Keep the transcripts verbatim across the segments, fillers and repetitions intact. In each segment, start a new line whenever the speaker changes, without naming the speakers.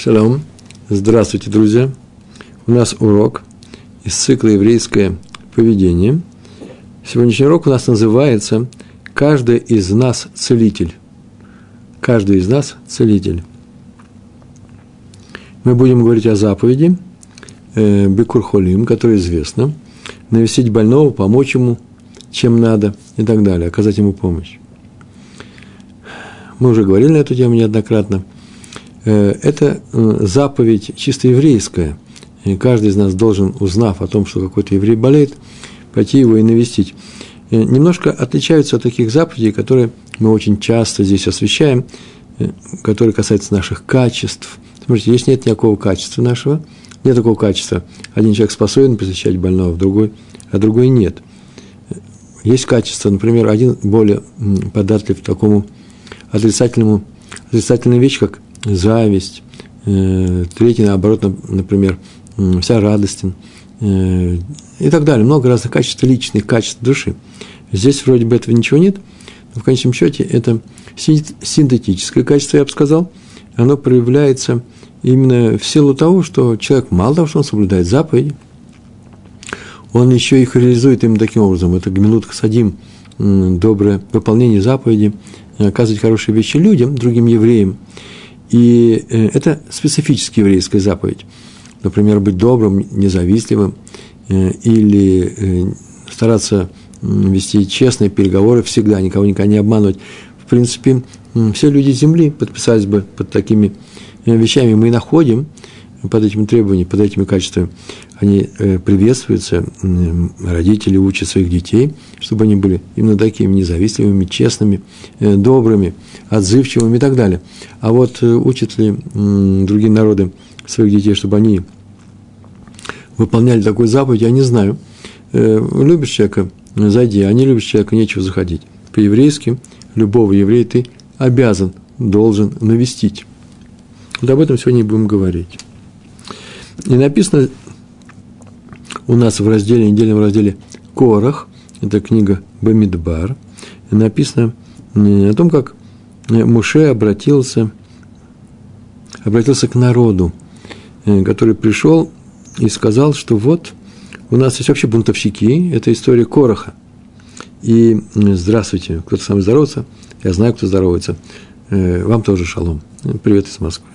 Шалом. Здравствуйте, друзья. У нас урок из цикла «Еврейское поведение». Сегодняшний урок у нас называется «Каждый из нас целитель». Каждый из нас целитель. Мы будем говорить о заповеди э, Бикур Холим, которая известна, навестить больного, помочь ему, чем надо и так далее, оказать ему помощь. Мы уже говорили на эту тему неоднократно. Это заповедь чисто еврейская. И каждый из нас должен, узнав о том, что какой-то еврей болеет, пойти его и навестить. Немножко отличаются от таких заповедей, которые мы очень часто здесь освещаем, которые касаются наших качеств. Смотрите, здесь нет никакого качества нашего, нет такого качества. Один человек способен посещать больного, другой, а другой нет. Есть качество, например, один более податлив к такому отрицательному, отрицательной вещи, как зависть, э, третий, наоборот, например, э, вся радостен, э, и так далее. Много разных качеств, личных качеств души. Здесь вроде бы этого ничего нет, но в конечном счете это синтетическое качество, я бы сказал. Оно проявляется именно в силу того, что человек мало того, что он соблюдает заповеди, он еще их реализует именно таким образом. Это гмилут хасадим, доброе выполнение заповеди, оказывать хорошие вещи людям, другим евреям. И это специфически еврейская заповедь. Например, быть добрым, независтливым или стараться вести честные переговоры всегда, никого никогда не обманывать. В принципе, все люди Земли подписались бы под такими вещами. Мы находим под этими требованиями, под этими качествами. Они приветствуются, родители учат своих детей, чтобы они были именно такими независимыми, честными, добрыми, отзывчивыми и так далее. А вот учат ли другие народы своих детей, чтобы они выполняли такую заповедь, я не знаю. Любишь человека, зайди, а не любишь человека, нечего заходить. По-еврейски любого еврея ты обязан, должен навестить. Вот об этом сегодня и будем говорить. И написано у нас в разделе, недельном разделе Корах, это книга Бамидбар, написано о том, как Моше обратился, обратился к народу, который пришел и сказал, что вот у нас есть вообще бунтовщики, это история Кораха. И здравствуйте, кто-то со мной здоровается, я знаю, кто здоровается, вам тоже шалом, привет из Москвы.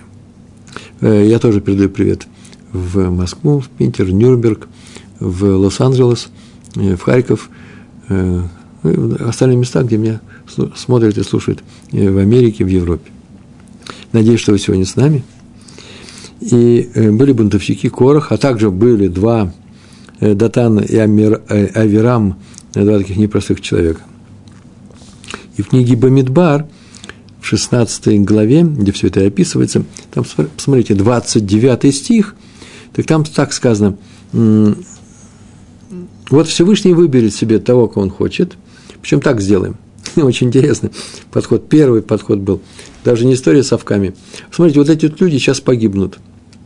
Я тоже передаю привет в Москву, в Питер, в Нюрнберг, в Лос-Анджелес, в Харьков, в остальные места, где меня смотрят и слушают, в Америке, в Европе. Надеюсь, что вы сегодня с нами. И были бунтовщики Корах, а также были два Датан и Авирам, два таких непростых человека. И в книге Бамидбар, в шестнадцатой главе, где все это описывается, там, посмотрите, двадцать девятый стих, так там так сказано: вот Всевышний выберет себе того, кого он хочет, причем так сделаем. Очень интересный подход. Первый подход был, даже не история с овками. Смотрите, вот эти вот люди сейчас погибнут.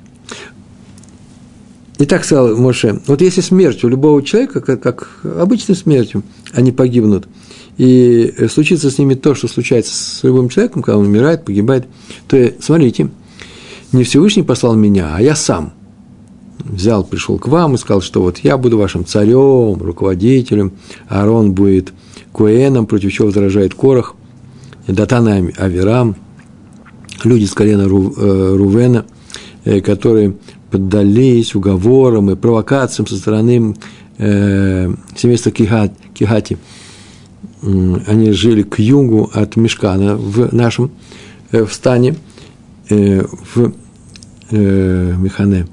И так сказал Моше: вот если смерть у любого человека, как, как обычной смертью, они погибнут, и случится с ними то, что случается с любым человеком, когда он умирает, погибает, то, смотрите, не Всевышний послал меня, а я сам взял, пришел к вам и сказал, что вот я буду вашим царем, руководителем, Аарон будет коэном, против чего возражает Корах, Датан и Авирам, люди с колена Рувена, которые поддались уговорам и провокациям со стороны семейства Кихати. Они жили к югу от Мишкана в нашем в стане, в Механе,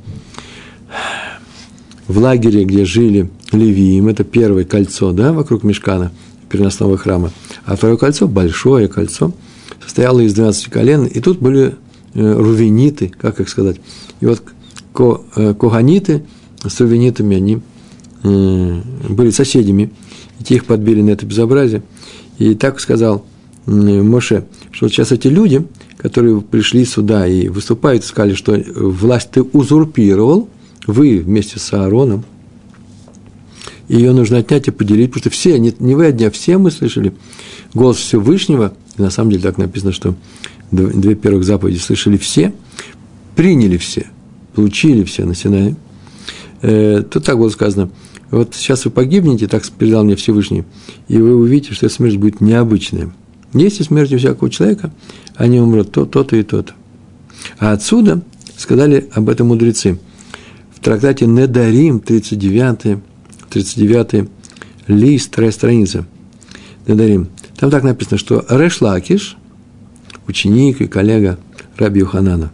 в лагере, где жили левиим, это первое кольцо, да, вокруг Мишкана, переносного храма, а второе кольцо, большое кольцо, состояло из двенадцати колен, и тут были рувениты, как их сказать, и вот коганиты с рувенитами, они были соседями, и те их подбили на это безобразие, и так сказал Моше, что вот сейчас эти люди, которые пришли сюда и выступают, сказали, что власть ты узурпировал, вы вместе с Аароном, ее нужно отнять и поделить, потому что все, не, не вы одни, а все мы слышали голос Всевышнего, и на самом деле так написано, что две первых заповеди слышали все, приняли все, получили все на Синае, э, то так было сказано: вот сейчас вы погибнете, так передал мне Всевышний, и вы увидите, что эта смерть будет необычная. Если смерть у всякого человека, они умрут то, то-то и то-то. А отсюда сказали об этом мудрецы. В трактате Недарим, тридцать девятый, тридцать девятый лист, вторая страница, Недарим. Там так написано, что Реш Лакиш, ученик и коллега Раби Йоханана,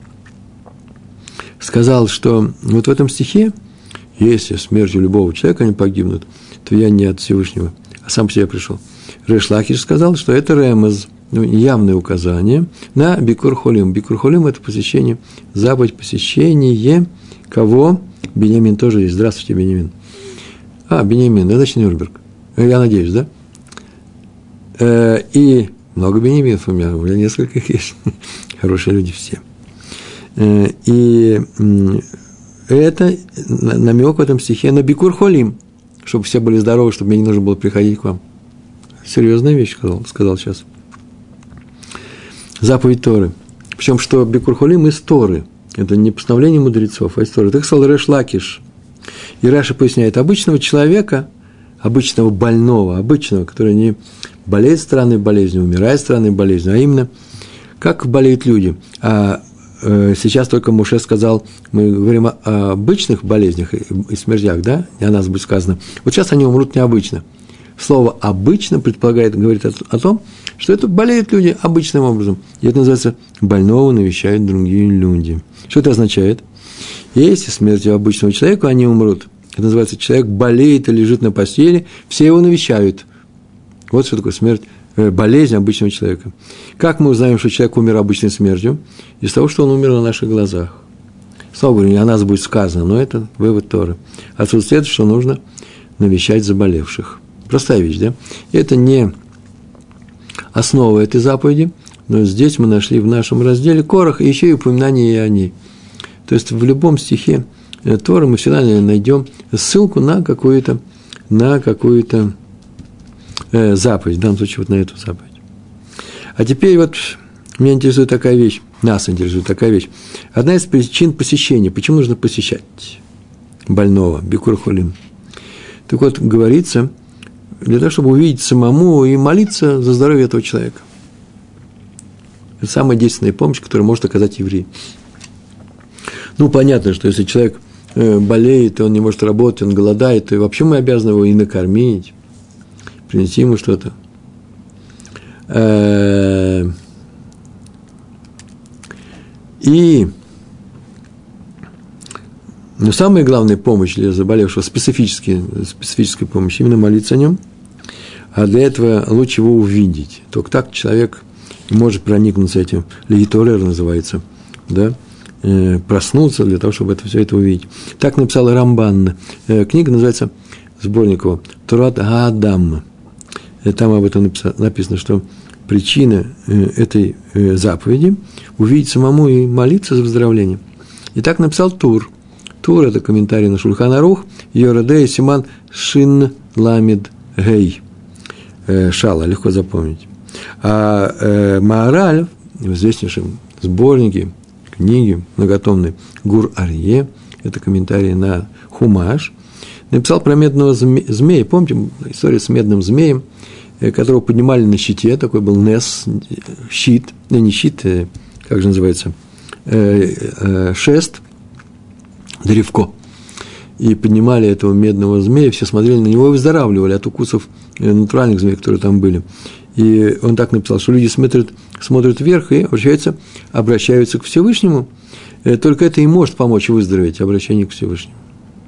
сказал, что вот в этом стихе, если смертью любого человека они погибнут, то я не от Всевышнего, а сам по себе пришел. Реш Лакиш сказал, что это ремез, ну, явное указание на Бикур Холим. Бикур Холим – это посещение, заповедь посещение кого? Беньямин тоже есть. Здравствуйте, Беньямин. А, Беньямин, это значит Нюрнберг. Я надеюсь, да? Э, и много Беньяминов у меня, у меня несколько есть. Хорошие люди все. Э, и это намек в этом стихе на Бикур Холим, чтобы все были здоровы, чтобы мне не нужно было приходить к вам. Серьезная вещь, сказал, сказал сейчас. Заповедь Торы. Причем, что Бикур Холим из Торы. Это не постановление мудрецов, а из Торы. Так сказал Реш Лакиш. И Раша поясняет: обычного человека, обычного больного, обычного, который не болеет странной болезнью, умирает странной болезнью, а именно, как болеют люди. А э, сейчас только Моше сказал, мы говорим о, о обычных болезнях и, и смертях, да? И о нас будет сказано. Вот сейчас они умрут необычно. Слово «обычно» предполагает, говорит о, о том, что это болеют люди обычным образом. И это называется «больного навещают другие люди». Что это означает? Если смертью обычного человека они умрут, это называется человек болеет и лежит на постели, все его навещают. Вот что такое смерть, э, болезнь обычного человека. Как мы узнаем, что человек умер обычной смертью? Из того, что он умер на наших глазах. Снова говорю, не о нас будет сказано, но это вывод Торы. Отсюда следует, что нужно навещать заболевших. Простая вещь, да? И это не основа этой заповеди, но здесь мы нашли в нашем разделе Корах еще и упоминание и о ней. То есть в любом стихе Торы мы всегда найдем ссылку на какую-то, на какую-то э, заповедь, в данном случае вот на эту заповедь. А теперь вот меня интересует такая вещь, нас интересует такая вещь. Одна из причин посещения, почему нужно посещать больного, Бикур Холим. Так вот, говорится, для того, чтобы увидеть самому и молиться за здоровье этого человека. Это самая действенная помощь, которую может оказать еврей. Ну, понятно, что если человек болеет, и он не может работать, он голодает, то вообще мы обязаны его и накормить, принести ему что-то. И но самая главная помощь для заболевшего, специфическая, специфическая помощь, именно молиться о нем, а для этого лучше его увидеть. Только так человек может проникнуться этим, легиторер называется, да, э, проснуться для того, чтобы это, все это увидеть. Так написал Рамбан. Э, книга называется, сборник его, Торат Гаадам. Э, там об этом написано, что причина э, этой э, заповеди – увидеть самому и молиться за выздоровление. И так написал Тур. Тур – это комментарий на Шульхан Арух, Йоредей Симан Шин Ламид Гей. Шала, легко запомнить. А э, Маораль, в известнейшем сборнике, книги многотомной Гур Арье, это комментарий на Хумаш, написал про медного змея. Помните историю с медным змеем, которого поднимали на щите, такой был Нес, щит, ну, не щит, как же называется, э, э, шест, древко. И поднимали этого медного змея, все смотрели на него и выздоравливали от укусов натуральных змей, которые там были. И он так написал, что люди смотрят, смотрят вверх и обращаются, обращаются к Всевышнему. Только это и может помочь выздороветь, обращение к Всевышнему.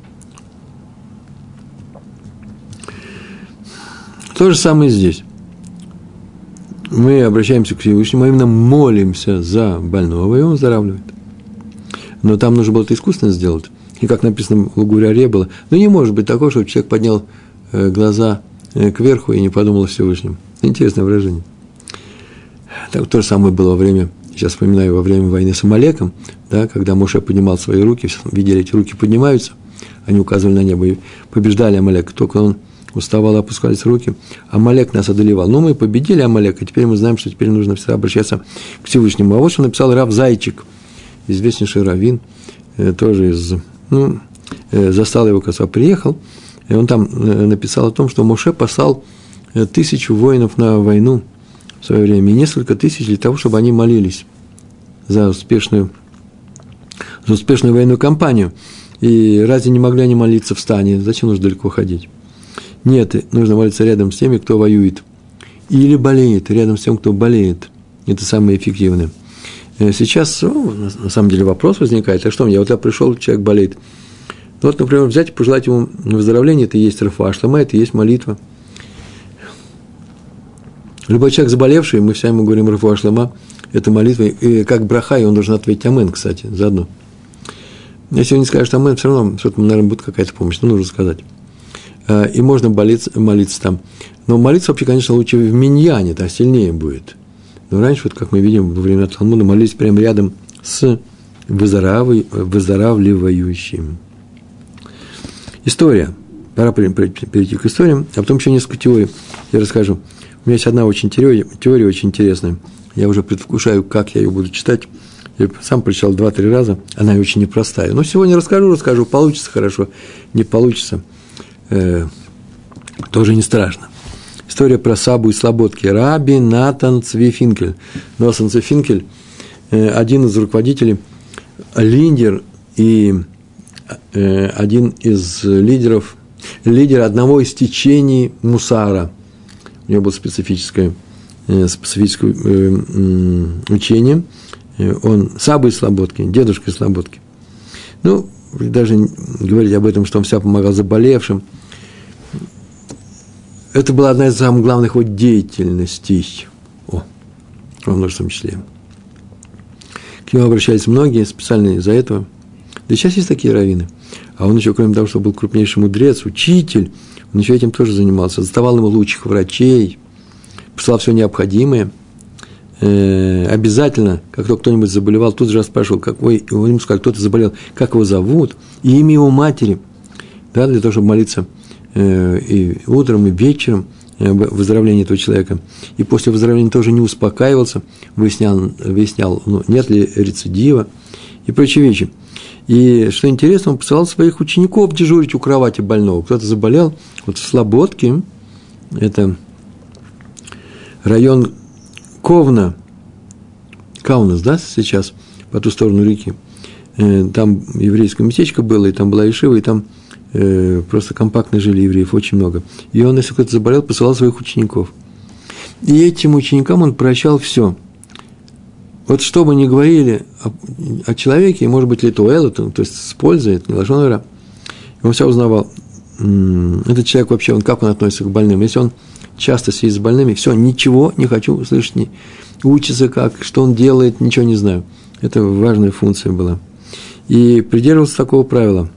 То же самое здесь. Мы обращаемся к Всевышнему, а именно молимся за больного, и он выздоравливает. Но там нужно было это искусственно сделать. И как написано в Гуре Арье было, ну не может быть такого, чтобы человек поднял глаза кверху и не подумал о Всевышнем. Интересное выражение. Так, то же самое было во время, сейчас вспоминаю, во время войны с Амалеком, да, когда Моше поднимал свои руки, все видели, эти руки поднимаются, они указывали на небо и побеждали Амалека. Только он уставал, опускались руки, Амалек нас одолевал. Но мы победили Амалека, теперь мы знаем, что теперь нужно всегда обращаться к Всевышнему. А вот что написал Рав Зайчик, известнейший раввин, тоже из, ну, застал его, когда приехал, и он там написал о том, что Моше послал тысячу воинов на войну в свое время, и несколько тысяч для того, чтобы они молились за успешную, за успешную военную кампанию. И разве не могли они молиться в стане? Зачем нужно далеко ходить? Нет, нужно молиться рядом с теми, кто воюет. Или болеет, рядом с тем, кто болеет. Это самое эффективное. Сейчас, ну, на самом деле, вопрос возникает, а что мне? Вот я пришел, человек болеет. Вот, например, взять и пожелать ему выздоровления, это и есть рефуа шлема, это и есть молитва. Любой человек заболевший, мы все ему говорим рефуа шлема, это молитва, и как браха, и он должен ответить амен, кстати, заодно. Если он не скажет амен, все равно, что-то, наверное, будет какая-то помощь, но нужно сказать. И можно молиться, молиться там. Но молиться вообще, конечно, лучше в миньяне, так сильнее будет. Но раньше, вот как мы видим, во время Талмуда молились прямо рядом с выздоравливающим. История. Пора перейти к историям, а потом еще несколько теорий я расскажу. У меня есть одна очень теория, теория очень интересная. Я уже предвкушаю, как я ее буду читать. Я сам прочитал два-три раза, она очень непростая. Но сегодня расскажу, расскажу, получится хорошо, не получится. Э, тоже не страшно. История про Сабу и Слободки. Раби Натан Цви Финкель. Натан Цви Финкель, э, один из руководителей, лидер и э, один из лидеров, лидер одного из течений Мусара. У него было специфическое, э, специфическое э, э, учение. Он Саба из Слободки, дедушка из Слободки. Ну, даже говорить об этом, что он вся помогал заболевшим. Это была одна из самых главных его деятельностей. О, во множественном числе. К нему обращались многие специально из-за этого. Да и сейчас есть такие раввины. А он еще, кроме того, что был крупнейший мудрец, учитель, он еще этим тоже занимался. Заставал ему лучших врачей, посылал все необходимое. Э, обязательно, как только кто-нибудь заболевал, тут же спрашивал, какой, ему сказали, кто-то заболел, как его зовут, и имя его матери, да, для того, чтобы молиться э, и утром, и вечером э, выздоровления этого человека. И после выздоровления тоже не успокаивался, выяснял, выяснял ну, нет ли рецидива и прочие вещи. И, что интересно, он посылал своих учеников дежурить у кровати больного. Кто-то заболел, вот в Слободке, это район Ковна, Каунас, да, сейчас, по ту сторону реки. Там еврейское местечко было, и там была ешива, и там э, просто компактно жили евреев, очень много. И он, если кто-то заболел, посылал своих учеников. И этим ученикам он прощал все. Вот что бы ни говорили о, о человеке, может быть, литуэлу, то, то есть с пользой, это не лашон ара, он все узнавал. Этот человек вообще, он, как он относится к больным. Если он часто сидит с больными, все, ничего не хочу услышать, не, учится как, что он делает, ничего не знаю. Это важная функция была. И придерживался такого правила.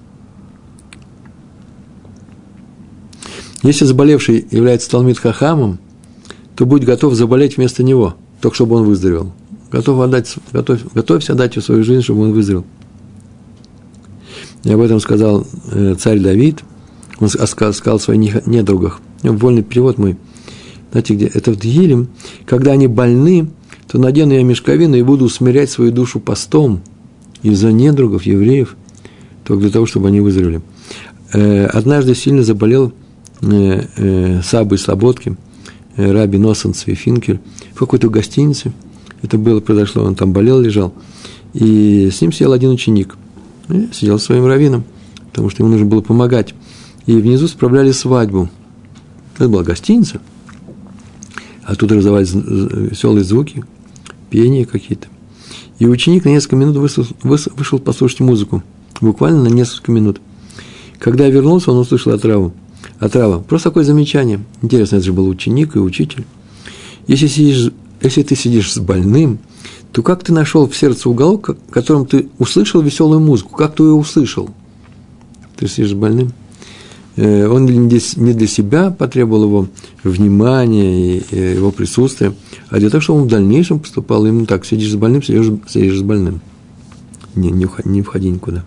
Если заболевший является талмид хахамом, то будь готов заболеть вместо него, только чтобы он выздоровел. Готов отдать, готов, готовься отдать всю свою жизнь, чтобы он выздоровел. И об этом сказал э, царь Давид. Он сказал, сказал в своих недругах. Вольный перевод мой. Знаете, где? Это в Дгилем. Когда они больны, то надену я мешковину и буду усмирять свою душу постом из-за недругов, евреев, только для того, чтобы они выздоровели. Э, однажды сильно заболел э, э, Саба из Слободки, э, раби Натан Цви Финкель, в какой-то гостинице. Это было, произошло, он там болел, лежал. И с ним сидел один ученик. И сидел с своим раввином, потому что ему нужно было помогать. И внизу справляли свадьбу. Это была гостиница. Оттуда раздавались веселые звуки, пение какие-то. И ученик на несколько минут вышел, вышел послушать музыку. Буквально на несколько минут. Когда я вернулся, он услышал отраву. Отрава. Просто такое замечание. Интересно, это же был ученик и учитель. Если, сидишь, если ты сидишь с больным, то как ты нашел в сердце уголок, в котором ты услышал веселую музыку? Как ты ее услышал? Ты сидишь с больным. Он не для себя потребовал его внимания и его присутствия, а для того, чтобы он в дальнейшем поступал именно так. Сидишь с больным, сидишь, сидишь с больным. Не, не, входи, не входи никуда.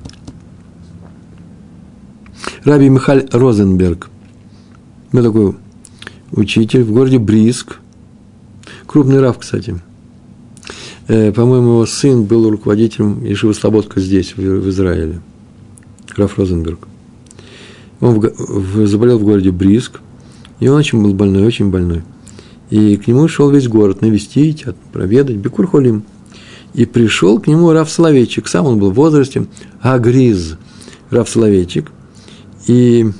Раби Михаль Розенберг. Ну, такой учитель в городе Бриск. Крупный рав, кстати. По-моему, его сын был руководителем Ешивы Слободка здесь, в Израиле. Раф Розенберг. Он в, в, заболел в городе Бриск, и он очень был больной, очень больной. И к нему шел весь город навестить, проведать, Бикур Холим. И пришел к нему Рав Соловейчик, сам он был в возрасте, Агриз, Рав Соловейчик. И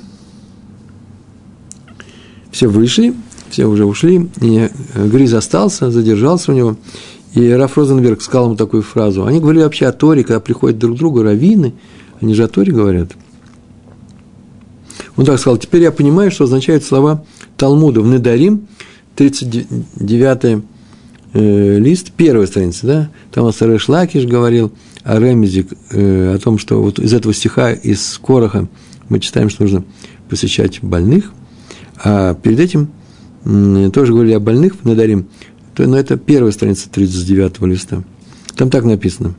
все вышли, все уже ушли, и Агриз остался, задержался у него. И Раф Розенберг сказал ему такую фразу. Они говорили вообще о Торе, когда приходят друг к другу раввины, они же о Торе говорят. Он так сказал: теперь я понимаю, что означают слова Талмуда в Недарим, тридцать девятый э, лист, первая страница, да? Там Реш Лакиш говорил о ремезе, э, о том, что вот из этого стиха, из Кораха, мы читаем, что нужно посещать больных, а перед этим э, тоже говорили о больных в Недарим, то, но это первая страница тридцать девятого листа. Там так написано: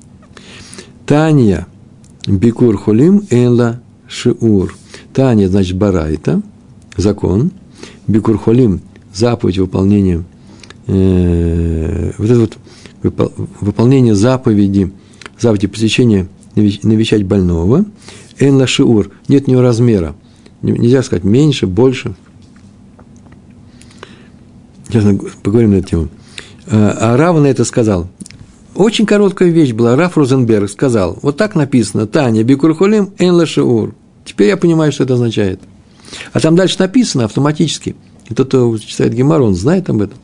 Таня Бикур Холим Энла Шиур. Таня, значит, барайта, закон. Бикур Холим, заповедь выполнения, э, вот это вот выпол, выполнение заповеди, заповеди посещения, навещать больного. Энла Шиур, нет у него размера. Нельзя сказать меньше, больше. Сейчас поговорим на эту тему. А Рав на это сказал. Очень короткая вещь была. Раф Розенберг сказал, вот так написано: Таня Бикур Холим Энла Шиур. Теперь я понимаю, что это означает. А там дальше написано автоматически. И тот, кто читает Гемару, он знает об этом.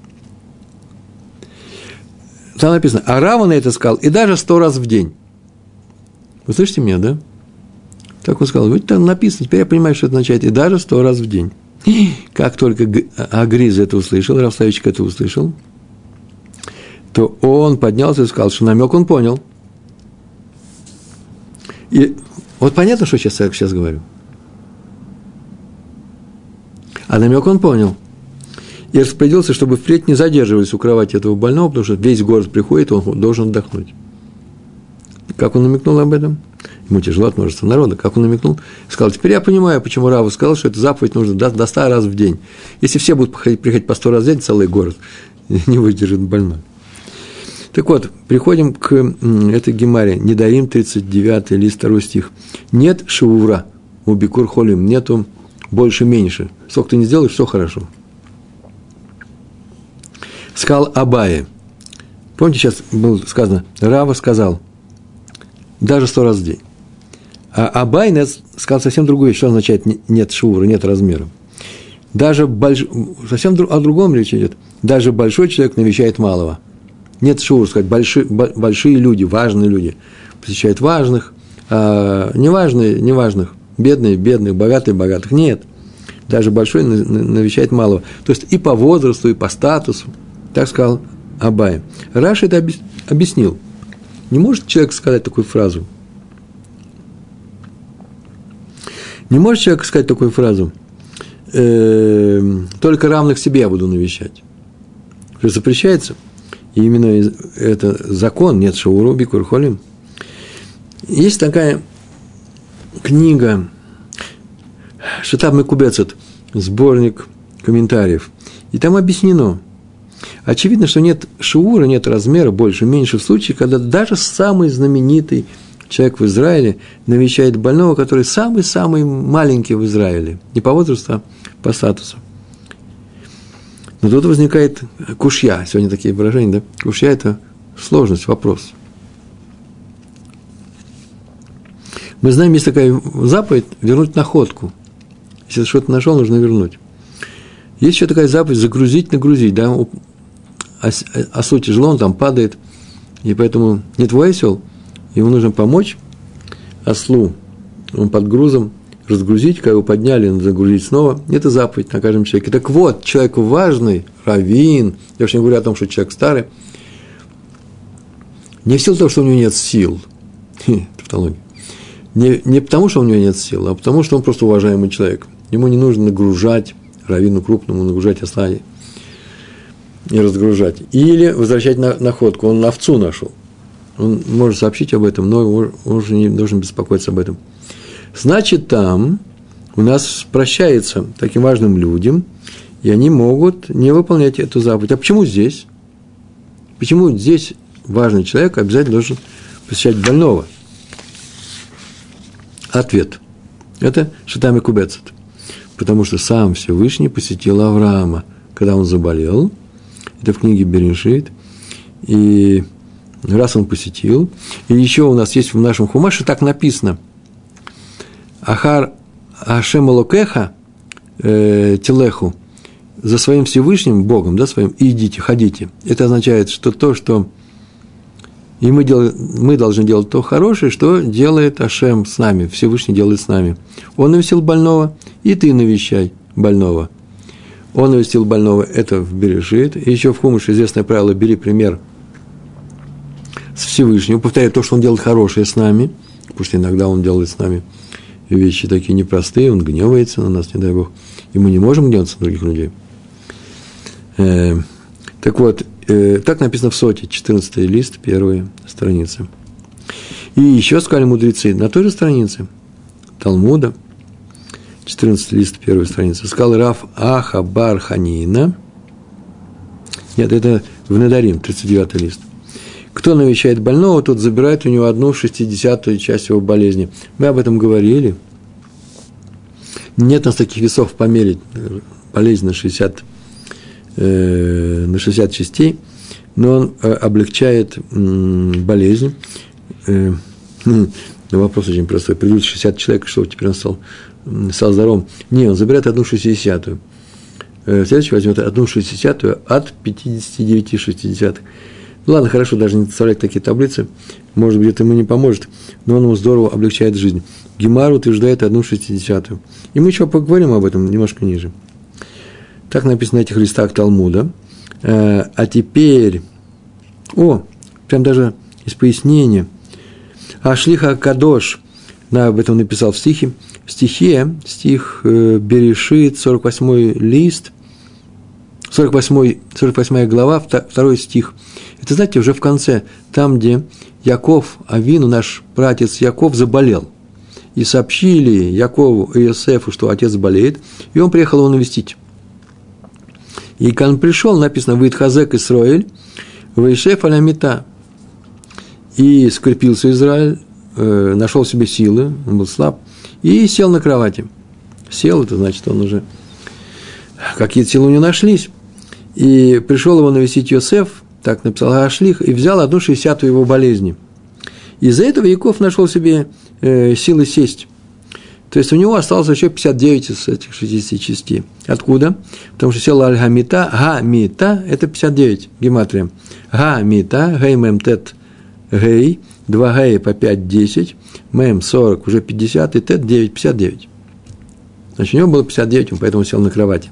Там написано: а Рав на это сказал, и даже сто раз в день. Вы слышите меня, да? Так он сказал. Вот там написано, теперь я понимаю, что это означает, и даже сто раз в день. Как только Агриз это услышал, Рав Соловейчик это услышал, то он поднялся и сказал, что намек он понял. И вот понятно, что сейчас я сейчас говорю. А намек он понял. И распорядился, чтобы впредь не задерживались у кровати этого больного, потому что весь город приходит, он должен отдохнуть. Как он намекнул об этом? Ему тяжело от множества народа. Как он намекнул? Сказал: теперь я понимаю, почему Рав сказал, что эту заповедь нужно до, до ста раз в день. Если все будут приходить, приходить по сто раз в день, целый город не выдержит больной. Так вот, приходим к этой гемаре. Недарим, тридцать девятый лист, второй стих. Нет шиура у Бикур Холим, нету больше-меньше. Сколько ты не сделаешь, все хорошо. Сказал Абае. Помните, сейчас было сказано, Рава сказал, даже сто раз в день. А Абай сказал совсем другую вещь, что означает нет шиура, нет размера. Даже больш... совсем о другом речь идет. Даже большой человек навещает малого. Нет шиура, сказать, большие, большие люди, важные люди посещают важных, а неважные, неважных, бедные, бедных, богатые, богатых. Нет. Даже большой навещает малого. То есть и по возрасту, и по статусу. Так сказал Абай. Раши это объяснил. Не может человек сказать такую фразу. Не может человек сказать такую фразу. Э, только равных себе я буду навещать. Что запрещается. И именно это закон, нет шиура Бикур Холим. Есть такая книга Шитав Мекубецет, сборник комментариев. И там объяснено. Очевидно, что нет шиура, нет размера, больше, меньше в случае, когда даже самый знаменитый человек в Израиле навещает больного, который самый-самый маленький в Израиле. Не по возрасту, а по статусу. Но тут возникает кушья. Сегодня такие выражения, да? Кушья – это сложность, вопрос. Мы знаем, есть такая заповедь – вернуть находку. Если ты что-то нашел, нужно вернуть. Есть еще такая заповедь – загрузить, нагрузить. Да? Осу тяжело, он там падает, и поэтому не твой осел, ему нужно помочь ослу, он под грузом, разгрузить, когда его подняли, надо загрузить снова. Это заповедь на каждом человеке. Так вот, человек важный, раввин, я уж не говорю о том, что человек старый, не в силу того, что у него нет сил, тавтология, не, не потому, что у него нет сил, а потому, что он просто уважаемый человек. Ему не нужно нагружать, раввину крупному нагружать осла и разгружать. Или возвращать на, находку. Он овцу нашел. Он может сообщить об этом, но он уже не должен беспокоиться об этом. Значит, там у нас прощается таким важным людям, и они могут не выполнять эту заповедь. А почему здесь? Почему здесь важный человек обязательно должен посещать больного? Ответ. Это Шитами Кубецет. Потому что сам Всевышний посетил Авраама, когда он заболел. Это в книге Берешит. И раз он посетил. И еще у нас есть в нашем Хумаше так написано. Ахар Ашем Элокеха э, Телеху. За своим Всевышним Богом, да, своим, и идите, ходите. Это означает, что то, что и мы, дел, мы должны делать то хорошее, что делает Ашем с нами, Всевышний делает с нами. Он навестил больного, и ты навещай больного. Он навестил больного, это в Берешит. И еще в Хумаше известное правило: бери пример с Всевышним, повторяй то, что он делает хорошее с нами, потому что иногда он делает с нами вещи такие непростые, он гневается на нас, не дай Бог, и мы не можем гневаться на других людей. Э, так вот, э, так написано в Соте, четырнадцатый лист, первая страница. И еще сказали мудрецы на той же странице Талмуда, четырнадцатый лист, первая страница, сказал Рав Аха бар Ханина, нет, это в Недарим, тридцать девятый лист. Кто навещает больного, тот забирает у него одну шестидесятую часть его болезни. Мы об этом говорили. Нет у нас таких весов померить болезнь на шестьдесят, э, на шестьдесят частей, но он э, облегчает э, болезнь. Э, э, вопрос очень простой. Придут шестьдесят человек, что теперь он стал, стал здоровым? Не, он забирает одну шестидесятую. Э, следующий возьмет одну шестидесятую от пятидесяти девяти шестидесятых. Ладно, хорошо, даже не составлять такие таблицы, может быть, это ему не поможет, но он ему здорово облегчает жизнь. Гемар утверждает одну шестидесятую. И мы еще поговорим об этом немножко ниже. Так написано на этих листах Талмуда. А теперь, о, прям даже из пояснения. Ашлиха Кадош, на об этом написал в стихе. В стихе, стих Берешит, сорок восьмой лист, сорок восьмой, сорок восьмая глава, второй стих. Это, знаете, уже в конце, там, где Яков Авину, наш пратец Яков, заболел. И сообщили Якову и Иосифу, что отец болеет, и он приехал его навестить. И когда он пришел, написано «Ваидхазек Исроэль, ваишеф аля мита». И скрепился Израиль, э, нашел себе силы, он был слаб, и сел на кровати. Сел, это значит, он уже... Какие-то силы у него нашлись. И пришел его навестить Йосеф, так написал Ашлих, и взял одну шестидесятую его болезни. Из-за этого Яков нашел себе э, силы сесть. То есть у него осталось еще пятьдесят девять из этих шестидесяти частей. Откуда? Потому что сел Аль-Гамита, Га-Мита – это пятьдесят девять, гематрия. Га-Мита, Гей-Мем-Тет, Гей, два Гея по пять – десять, Мем – сорок, уже пятьдесят, и Тет – девять, пятьдесят девять. Значит, у него было пятьдесят девять, он поэтому сел на кровати.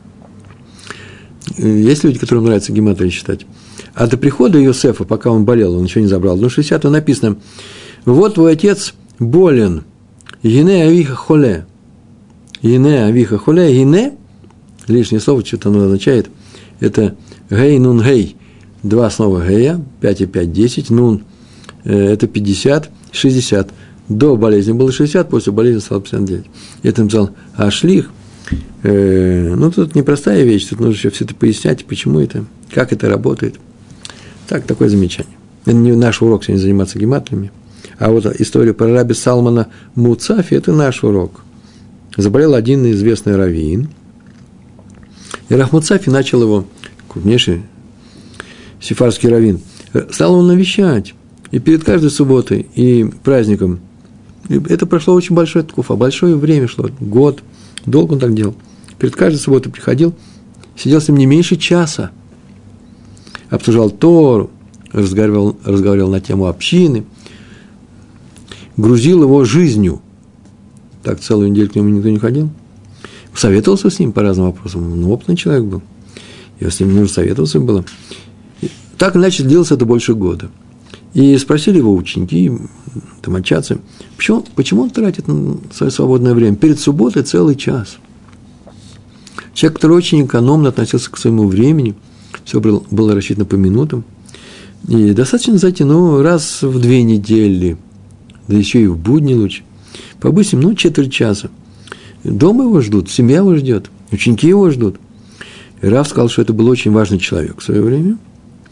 Есть люди, которым нравится гематрию считать. А до прихода Иосифа, пока он болел, он ничего не забрал. Ну, шестьдесят написано: вот твой отец болен. Гине авиха холе. Гине авиха холе. Гине, лишнее слово, что-то оно означает. Это гей, нун, гей. Два слова гея, пять и пять, десять. Нун, это пятьдесят, шестьдесят. До болезни было шестьдесят, после болезни стало пятьдесят девять. Это написал Ашлих. Э, ну, тут непростая вещь, тут нужно еще все это пояснять, почему это, как это работает. Так, такое замечание. Это не наш урок сегодня заниматься гематриями. А вот история про раби Салмана Муцафи – это наш урок. Заболел один известный раввин, и Рав Муцафи начал его, крупнейший сефардский раввин, стал его навещать. И перед каждой субботой и праздником. И это прошло очень большое ткуфа, большое время шло, год. Долго он так делал. Перед каждой субботой приходил, сидел с ним не меньше часа, обсуждал Тору, разговаривал, разговаривал на тему общины, грузил его жизнью. Так целую неделю к нему никто не ходил. Советовался с ним по разным вопросам. Он опытный человек был. Я с ним нужно советоваться было. Так иначе длилось это больше года. И спросили его ученики, домочадцы, почему, почему он тратит свое свободное время? Перед субботой целый час. Человек, который очень экономно относился к своему времени, все было, было рассчитано по минутам. И достаточно зайти, ну, раз в две недели, да еще и в будни лучше. Побыть с ним, ну, четверть часа. Дома его ждут, семья его ждет, ученики его ждут. И Рав сказал, что это был очень важный человек в свое время.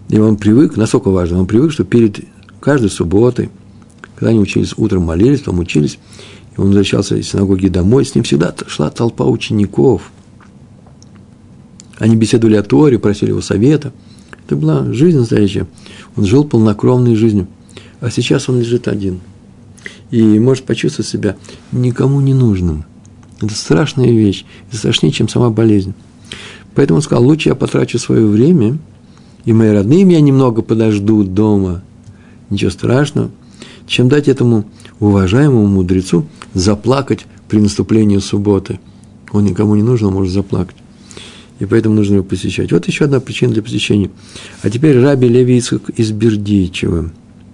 И он привык, насколько важно, он привык, что перед каждой субботой, когда они учились, утром молились, потом учились, и он возвращался из синагоги домой, с ним всегда шла толпа учеников. Они беседовали о Торе, просили его совета. Это была жизнь настоящая. Он жил полнокровной жизнью. А сейчас он лежит один. И может почувствовать себя никому не нужным. Это страшная вещь. Это страшнее, чем сама болезнь. Поэтому он сказал, лучше я потрачу свое время, и мои родные меня немного подождут дома. Ничего страшного, чем дать этому уважаемому мудрецу заплакать при наступлении субботы. Он никому не нужен, он может заплакать. И поэтому нужно его посещать. Вот еще одна причина для посещения. А теперь Раби Леви Ицхак из Бердичева.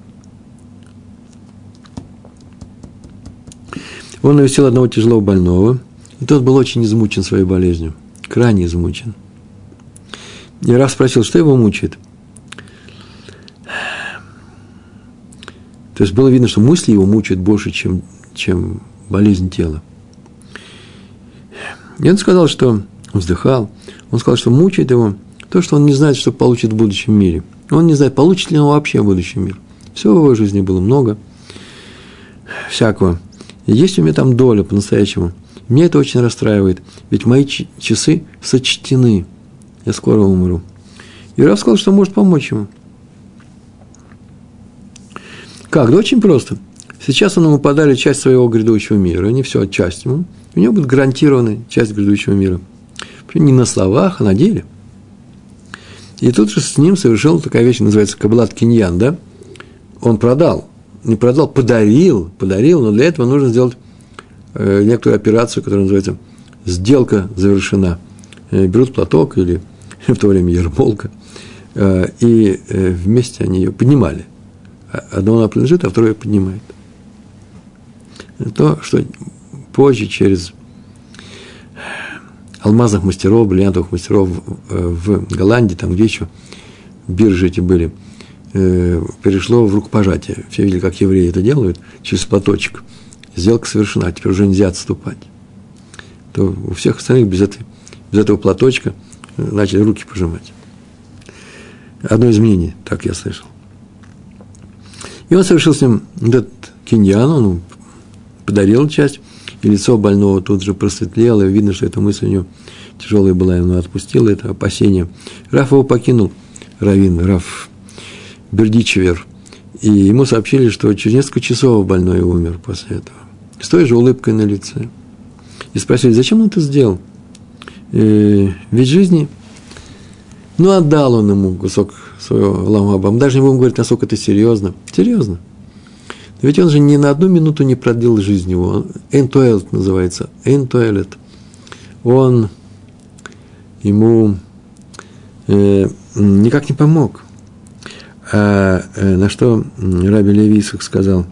Он навестил одного тяжело больного, и тот был очень измучен своей болезнью, крайне измучен. И Рав спросил, что его мучает. То есть было видно, что мысли его мучают больше, чем, чем болезнь тела. И он сказал, что он вздыхал, он сказал, что мучает его то, что он не знает, что получит в будущем мире. Он не знает, получит ли он вообще в будущем мир. Всего в его жизни было много всякого. И есть у меня там доля по-настоящему. Меня это очень расстраивает, ведь мои часы сочтены. Я скоро умру. И Рав сказал, что может помочь ему. Как? Да очень просто. Сейчас он ему подарит часть своего грядущего мира, не все, а часть ему. У него будет гарантированная часть грядущего мира. Не на словах, а на деле. И тут же с ним совершил такая вещь, называется кабалат киньян, да? Он продал. Не продал, подарил, подарил, но для этого нужно сделать э, некоторую операцию, которая называется «сделка завершена». Э, берут платок или в то время ермолка, э, и э, вместе они ее поднимали. Одно она принадлежит, а второе поднимает. То, что позже через алмазных мастеров, бриллиантовых мастеров в Голландии, там где еще биржи эти были, перешло в рукопожатие. Все видели, как евреи это делают, через платочек. Сделка совершена, теперь уже нельзя отступать. То у всех остальных без, этой, без этого платочка начали руки пожимать. Одно из мнений, так я слышал. И он совершил с ним этот киньян, он подарил часть, и лицо больного тут же просветлело, и видно, что эта мысль у него тяжелая была, и он отпустил это опасение. Рав его покинул, раввин, Рав Бердичевер, и ему сообщили, что через несколько часов больной умер после этого, с той же улыбкой на лице. И спросили, зачем он это сделал? И ведь жизни, ну, отдал он ему кусок своего ламаба. Мы даже не будем говорить, насколько это серьезно. Серьезно. Ведь он же ни на одну минуту не продлил жизнь его. Энтуэлет называется. Энтуэлет. Он ему э, никак не помог. А э, на что Раби Леви Ицхак сказал,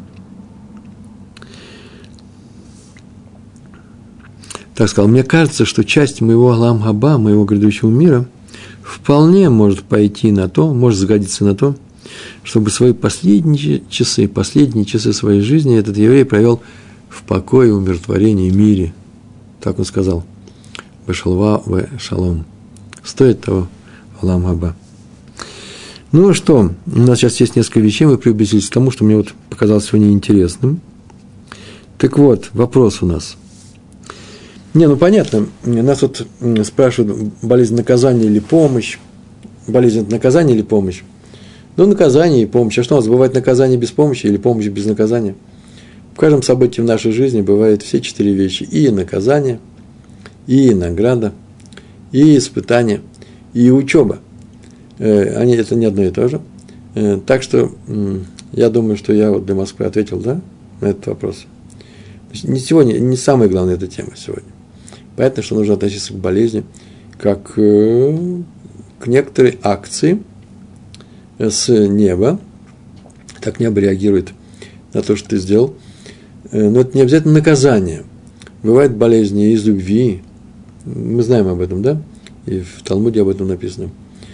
так сказал, мне кажется, что часть моего ламаба, моего грядущего мира, вполне может пойти на то, может сгодиться на то, чтобы свои последние часы, последние часы своей жизни этот еврей провел в покое, умиротворении, мире. Так он сказал. Бешалва ве шалом. Стоит того алам хаба. Ну что, у нас сейчас есть несколько вещей, мы приблизились к тому, что мне вот показалось сегодня интересным. Так вот, вопрос у нас. Не, ну понятно, нас вот спрашивают, болезнь наказания или помощь. Болезнь – это наказание или помощь? Ну, наказание и помощь. А что у нас бывает наказание без помощи или помощь без наказания? В каждом событии в нашей жизни бывают все четыре вещи. И наказание, и награда, и испытание, и учеба. Они, это не одно и то же. Так что я думаю, что я вот для Москвы ответил, да, на этот вопрос. Не сегодня, не самая главная эта тема сегодня. Понятно, что нужно относиться к болезни как к некоторой акции с неба. Так небо реагирует на то, что ты сделал. Но это не обязательно наказание. Бывают болезни из любви. Мы знаем об этом, да? И в Талмуде об этом написано.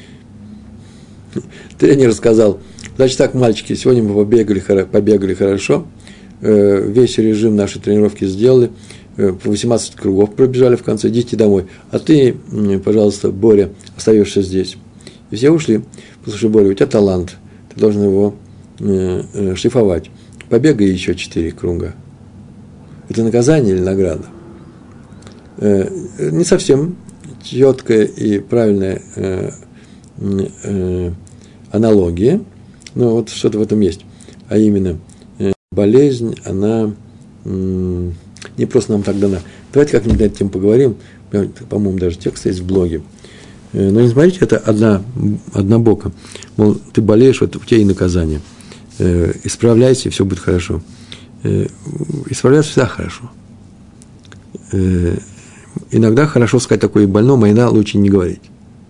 Тренер сказал, значит так, мальчики, сегодня мы побегали, побегали хорошо, весь режим нашей тренировки сделали, восемнадцать кругов пробежали в конце, идите домой, а ты, пожалуйста, Боря, остаешься здесь. И все ушли. Послушай, Боря, у тебя талант, ты должен его э, э, шлифовать. Побегай еще четыре круга. Это наказание или награда? Э, не совсем четкая и правильная э, э, аналогия, но вот что-то в этом есть. А именно, э, болезнь, она э, не просто нам так дана. Давайте как-нибудь на эту тему поговорим. По-моему, даже текст есть в блоге. Э, но не смотрите, это одна, однобоко. Мол, ты болеешь, вот у тебя и наказание. Э, исправляйся, и все будет хорошо. Э, исправляться всегда хорошо. Э, иногда хорошо сказать такое больному, а иногда лучше не говорить.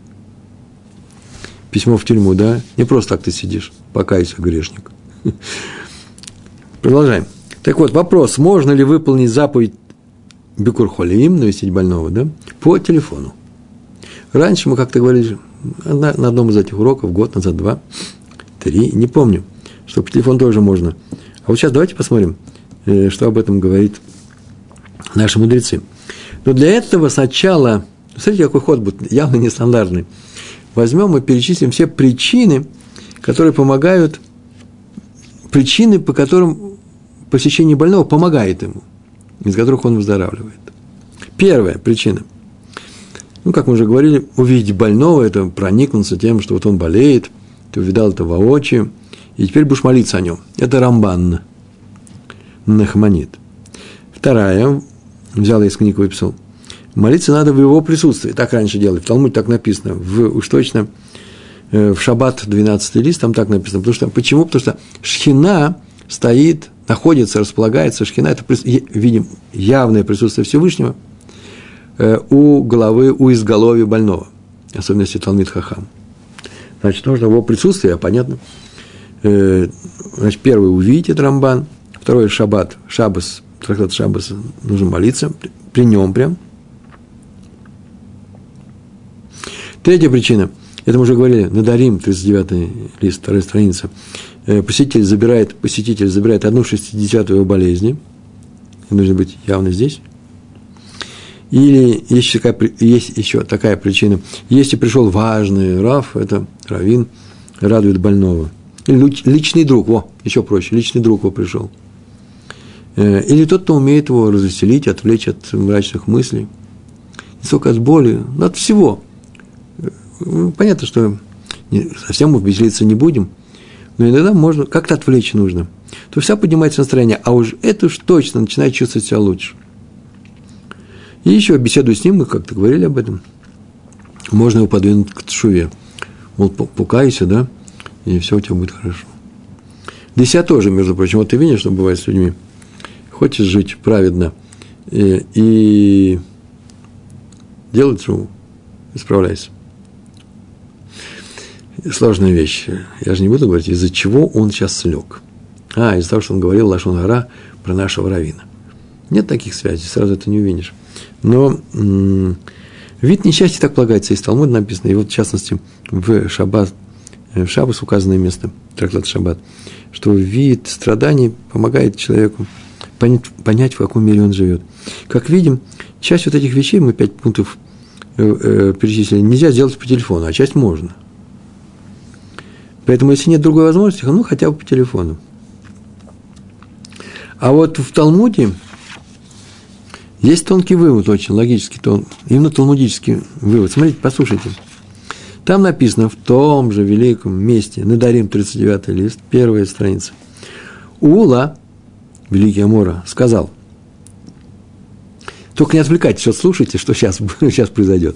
Письмо в тюрьму, да? Не просто так ты сидишь. Покайся, грешник. Продолжаем. Так вот, вопрос, можно ли выполнить заповедь Бикур Холим, навестить больного, да, по телефону? Раньше мы как-то говорили, на, на одном из этих уроков, год назад, два, три, не помню, что по телефону тоже можно. А вот сейчас давайте посмотрим, что об этом говорит наши мудрецы. Но для этого сначала, смотрите, какой ход будет, явно нестандартный. Возьмем и перечислим все причины, которые помогают, причины, по которым посещение больного помогает ему, из которых он выздоравливает. Первая причина. Ну, как мы уже говорили, увидеть больного – это проникнуться тем, что вот он болеет, ты увидал это воочию, и теперь будешь молиться о нем. Это Рамбан, Нахманит. Вторая, взял из книг, выписал. Молиться надо в его присутствии. Так раньше делали. В Талмуде так написано. В, уж точно в Шаббат, двенадцатый лист, там так написано. Потому что, почему? Потому что шхина стоит, находится, располагается. Шхина – это, видим, явное присутствие Всевышнего у головы, у изголовья больного. Особенно если Талмид Хахам. Значит, нужно в его присутствии, а понятно. Значит, первый – увидеть этот Рамбан. Второй – Шаббат, Шаббас, трактат Шаббаса. Нужно молиться при нем прям. Третья причина, это мы уже говорили, Надарим, тридцать девятый лист, вторая страница. Посетитель забирает, посетитель забирает одну шестидесятую его болезни. Нужно быть явно здесь. Или есть, такая, есть еще такая причина. Если пришел важный рав, это раввин, радует больного. Или личный друг, о, еще проще, личный друг его пришел. Или тот, кто умеет его развеселить, отвлечь от мрачных мыслей. Не только от боли, но от всего. Понятно, что совсем мы веселиться не будем, но иногда можно, как-то отвлечь нужно. То вся поднимается настроение, а уж это уж точно начинает чувствовать себя лучше. И еще беседуя с ним, мы как-то говорили об этом, можно его подвинуть к тшуве. Мол, покайся, да, и все у тебя будет хорошо. Да и себя тоже, между прочим, вот ты видишь, что бывает с людьми. Хочешь жить праведно и, и делать тшуву, исправляйся. Сложная вещь. Я же не буду говорить, из-за чего он сейчас слег. А, из-за того, что он говорил лашон гара про нашего раввина. Нет таких связей, сразу это не увидишь. Но м- вид несчастья так полагается, из Талмуда написано, и вот в частности в Шаббат, в Шаббас указанное место, трактат Шаббат, что вид страданий помогает человеку понять, понять, в каком мире он живет. Как видим, часть вот этих вещей, мы пять пунктов э, э, перечислили, нельзя сделать по телефону, а часть можно. Поэтому, если нет другой возможности, ну, хотя бы по телефону. А вот в Талмуде есть тонкий вывод, очень логический, тон, именно талмудический вывод. Смотрите, послушайте. Там написано в том же великом месте, Надарим, тридцать девятый лист, первая страница. Ула, великий Амора, сказал, только не отвлекайтесь, что слушайте, что сейчас, сейчас произойдет.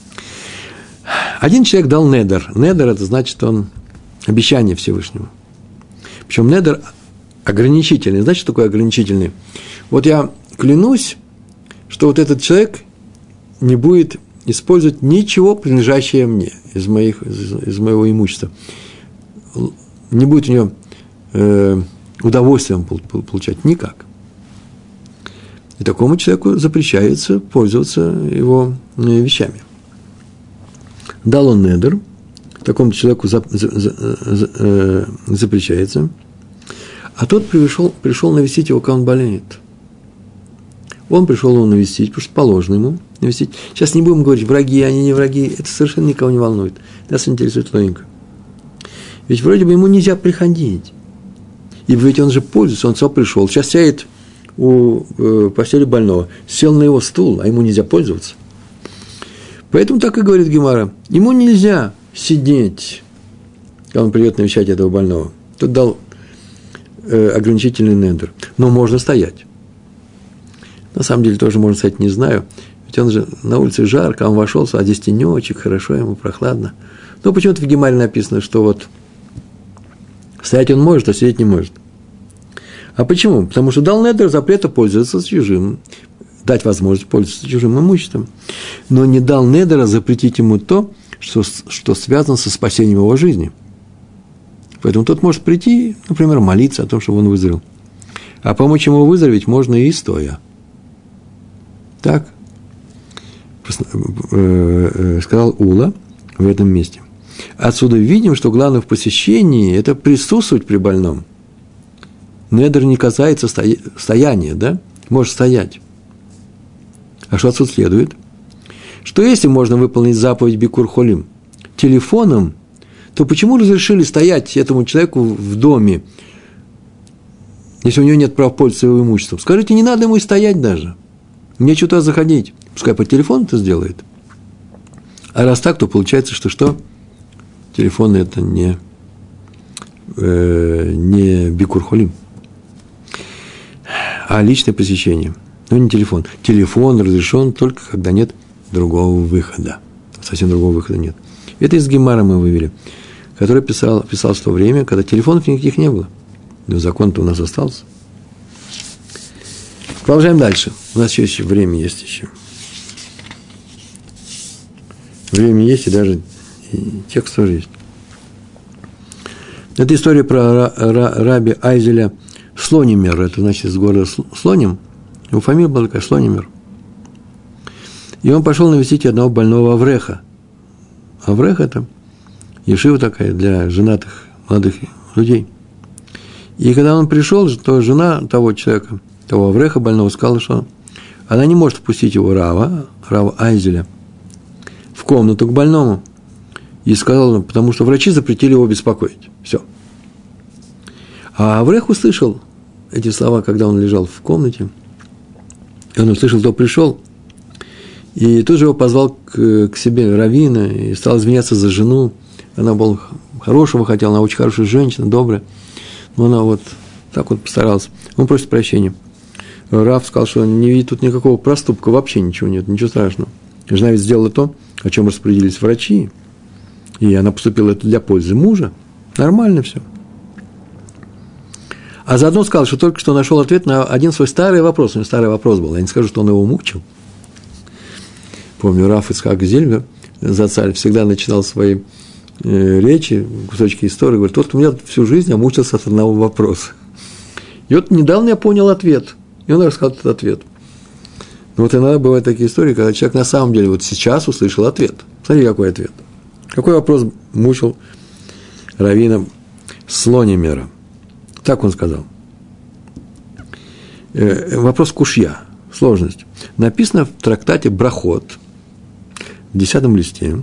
Один человек дал недер. Недер – это значит, он обещание Всевышнего. Причем недер ограничительный. Знаете, что такое ограничительный? Вот я клянусь, что вот этот человек не будет использовать ничего, принадлежащее мне, из, моих, из, из моего имущества. Не будет у него э, удовольствия получать никак. И такому человеку запрещается пользоваться его вещами. Дал он недер, такому человеку за, за, за, за, э, запрещается, а тот пришел, пришел навестить его, когда он болеет. Он пришел его навестить, потому что положено ему, навестить. Сейчас не будем говорить, враги, они не враги, это совершенно никого не волнует. Нас интересует логика. Ведь вроде бы ему нельзя приходить. И ведь он же пользуется, он сам пришел. Сейчас сядет у э, постели больного, сел на его стул, а ему нельзя пользоваться. Поэтому так и говорит Гемара. Ему нельзя сидеть, когда он придет навещать этого больного. Тут дал э, ограничительный недр. Но можно стоять. На самом деле тоже можно стоять, не знаю. Ведь он же на улице жарко, а он вошел, а здесь тенечек, хорошо, ему прохладно. Но почему-то в Гемаре написано, что вот стоять он может, а сидеть не может. А почему? Потому что дал недр запрета пользоваться чужим, дать возможность пользоваться чужим имуществом. Но не дал недра запретить ему то, что, что связано со спасением его жизни. Поэтому тот может прийти, например, молиться о том, чтобы он выздоровел. А помочь ему выздороветь можно и стоя. Так сказал Ула в этом месте. Отсюда видим, что главное в посещении – это присутствовать при больном. Недр не касается стояния, да? Можешь стоять. А что отсюда следует? Что если можно выполнить заповедь Бикур Холим телефоном, то почему разрешили стоять этому человеку в доме, если у него нет права пользоваться его имуществом? Скажите, не надо ему и стоять даже. Нечего туда заходить. Пускай по телефону это сделает. А раз так, то получается, что что? Телефон – это не, э, не Бикур Холим, а личное посещение. Но не телефон. Телефон разрешен только, когда нет другого выхода. Совсем другого выхода нет. Это из Гемара мы вывели, который писал, писал в то время, когда телефонов никаких не было. Но закон-то у нас остался. Продолжаем дальше. У нас еще, еще время есть еще. Время есть, и даже и текст тоже есть. Это история про раби Айзеля Слонимер. Это значит из города Слоним. Его фамилия была такая Слонимер. И он пошел навестить одного больного Авреха. Аврех – это ешива такая для женатых молодых людей. И когда он пришел, то жена того человека, того Авреха больного, сказала, что она не может впустить его Рава, Рава Айзеля, в комнату к больному. И сказала, потому что врачи запретили его беспокоить. Все. А Аврех услышал эти слова, когда он лежал в комнате. И он услышал, кто пришел. И тут же его позвал к, к себе раввина и стал извиняться за жену. Она была хорошего хотела, она очень хорошая женщина, добрая. Но она вот так вот постаралась. Он просит прощения. Рав сказал, что не видит тут никакого проступка, вообще ничего нет, ничего страшного. Жена ведь сделала то, о чем распорядились врачи. И она поступила это для пользы мужа. Нормально все. А заодно сказал, что только что нашел ответ на один свой старый вопрос. У него старый вопрос был. Я не скажу, что он его мучил. Помню, Раф Ицхак Зильбер, Зацаль, всегда начинал свои э, речи, кусочки истории, говорит, тот, кто меня всю жизнь мучился от одного вопроса. И вот недавно я понял ответ. И он рассказал этот ответ. Но вот иногда бывают такие истории, когда человек на самом деле вот сейчас услышал ответ. Смотри, какой ответ. Какой вопрос мучил раввина Слонимера? Так он сказал. Э, вопрос кушья, сложность. Написано в трактате Брахот, в десятом листе,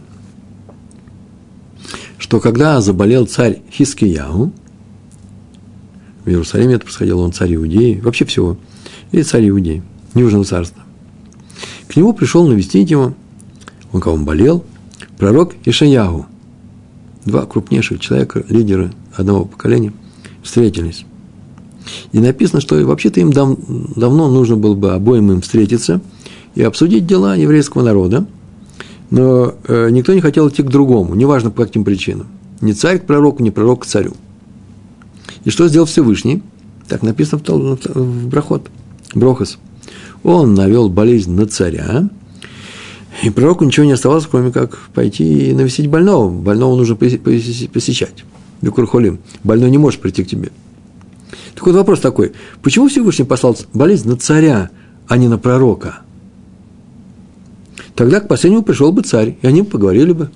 что когда заболел царь Хискияу, в Иерусалиме это происходило, он царь Иудеи, вообще всего, и царь Иудеи, Южного царства. К нему пришел навестить его, он кого он болел, пророк Ишаяху. Два крупнейших человека, лидеры одного поколения, встретились. И написано, что вообще-то им дав, давно нужно было бы обоим им встретиться и обсудить дела еврейского народа, но э, никто не хотел идти к другому, неважно по каким причинам. Ни царь к пророку, ни пророк к царю. И что сделал Всевышний? Так написано в, в Брахот, Брохос. Он навел болезнь на царя, и пророку ничего не оставалось, кроме как пойти и навестить больного. Больного нужно посещать. Бикур Холим. Больной не может прийти к тебе. Так вот вопрос такой. Почему Всевышний послал болезнь на царя, а не на пророка? Тогда к последнему пришел бы царь, и они бы поговорили бы.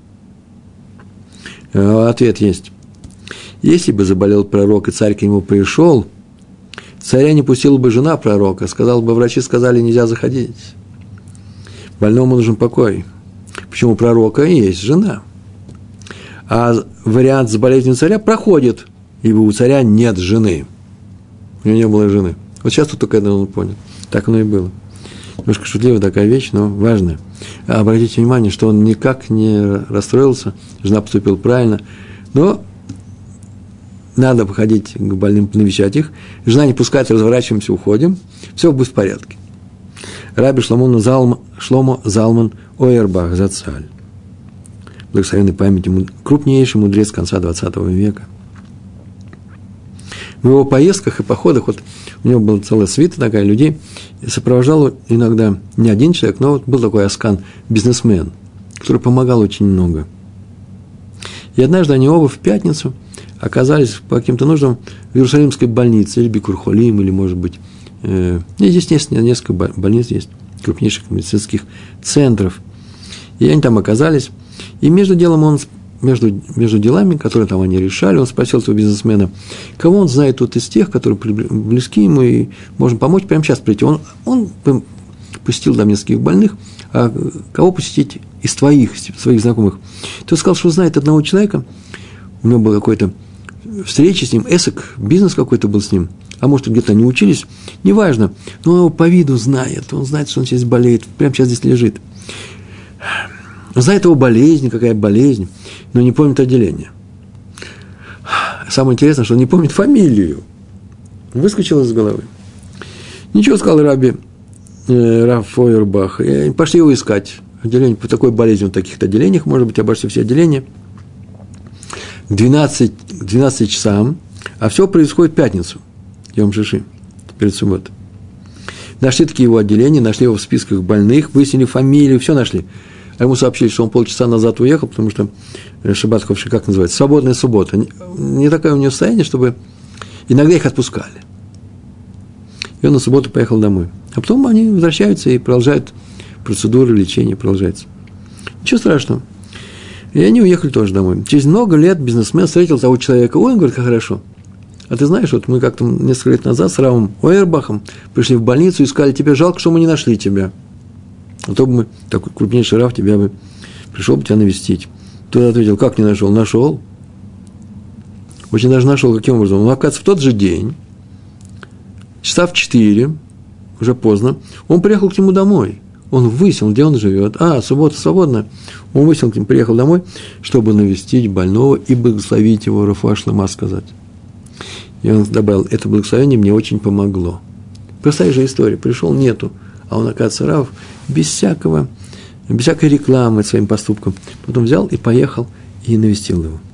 Ответ есть. Если бы заболел пророк, и царь к нему пришел, царя не пустила бы жена пророка, сказал бы, врачи сказали, нельзя заходить. Больному нужен покой. Почему у пророка есть жена? А вариант с болезнью царя проходит, ибо у царя нет жены. У него не было жены. Вот сейчас тут только это он понял. Так оно и было. Немножко шутливая такая вещь, но важная. Обратите внимание, что он никак не расстроился, жена поступила правильно, но надо походить к больным, навещать их. Жена не пускает, разворачиваемся, уходим. Все будет в порядке. Раби Шломо Залман, Шломо Залман Ойербах Зацаль. Благословенной памяти, крупнейший мудрец конца двадцатого века. В его поездках и походах, вот у него была целая свита такая людей, сопровождал иногда не один человек, но вот был такой Аскан, бизнесмен, который помогал очень много. И однажды они оба в пятницу оказались по каким-то нуждам в Иерусалимской больнице, или Бикур-Холим, или, может быть, э, и здесь несколько больниц есть, крупнейших медицинских центров. И они там оказались, и между делом он, между, между делами, которые там они решали, он спросил этого бизнесмена, кого он знает тут из тех, которые близки ему, и можем помочь прямо сейчас прийти. Он, он посетил там нескольких больных, а кого посетить из твоих, своих знакомых? Тот сказал, что знает одного человека, у него была какая-то встреча с ним, эсэк, бизнес какой-то был с ним, а может, где-то они учились, неважно, но он его по виду знает, он знает, что он сейчас болеет, прямо сейчас здесь лежит. Он знает его болезнь, какая болезнь, но не помнит отделение. Самое интересное, что он не помнит фамилию. Выскочил из головы. Ничего, сказал Раби э, Рав Фойербах, пошли его искать. Отделение по такой болезни, в таких отделениях, может быть, обошли все отделения. К двенадцати часам, а все происходит в пятницу, Йом Шиши, перед субботой. Нашли такие его отделения, нашли его в списках больных, выяснили фамилию, все нашли. А ему сообщили, что он полчаса назад уехал, потому что Шаббат Ховши, как называется, свободная суббота. Не такое у него состояние, чтобы иногда их отпускали. И он на субботу поехал домой. А потом они возвращаются и продолжают процедуры лечения, продолжается. Ничего страшного. И они уехали тоже домой. Через много лет бизнесмен встретил того человека. Ой, он говорит, как хорошо. А ты знаешь, вот мы как-то несколько лет назад с Равом Ойербахом пришли в больницу и сказали, тебе жалко, что мы не нашли тебя. А то бы мы, такой крупнейший Рав, тебя бы, пришел бы тебя навестить. Тот ответил, как не нашел? Нашел. Очень даже нашел, каким образом? Он, оказывается, в тот же день, часа в четыре, уже поздно, он приехал к нему домой. Он выяснил, где он живет. А, суббота свободная. Он выяснил, к нему, приехал домой, чтобы навестить больного и благословить его, Рефуа Шлема сказать. И он добавил, это благословение мне очень помогло. Простая же история. Пришел, нету. А он, оказывается, Рав, без всякого, без всякой рекламы своим поступкам. Потом взял и поехал, и навестил его.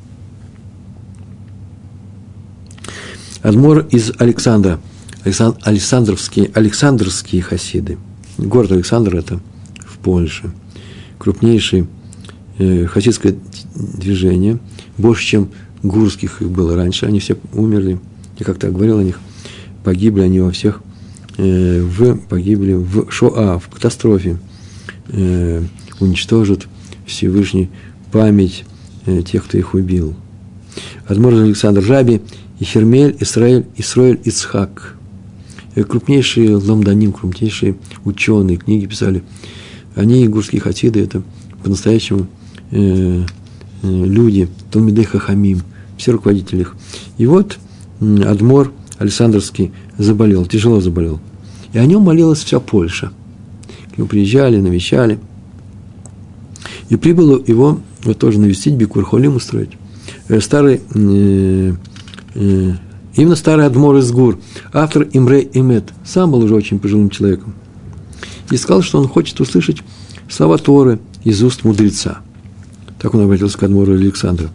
Адмор из Александра. Александровские, Александрские хасиды. Город Александр – это в Польше. Крупнейшее э, хасидское движение. Больше, чем гурских их было раньше. Они все умерли. Я как-то говорил о них. Погибли они во всех в, погибли в Шоа, в катастрофе, э, уничтожат Всевышний память э, тех, кто их убил. Адмор Александр Раби, Ихермель, Исраэль, Исроэль, Ицхак. Э, крупнейшие ламданим, крупнейшие ученые, книги писали. Они, гурские хасиды, это по-настоящему э, э, люди, Талмидей Хахамим, все руководители их. И вот э, Адмор Александрский заболел, тяжело заболел. И о нем молилась вся Польша. К нему приезжали, навещали. И прибыло его вот, тоже навестить, Бикур-Холим устроить. Старый, э, э, именно старый Адмор из Гур, автор Имре Эмет, сам был уже очень пожилым человеком. И сказал, что он хочет услышать слова Торы из уст мудреца. Так он обратился к Адмору Александру.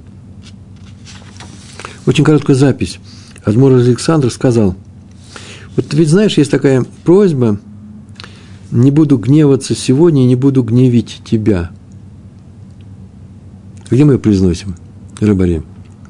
Очень короткая запись. Адмор Александр сказал, вот ведь знаешь, есть такая просьба, не буду гневаться сегодня и не буду гневить тебя. Где мы ее произносим? Рыбаре.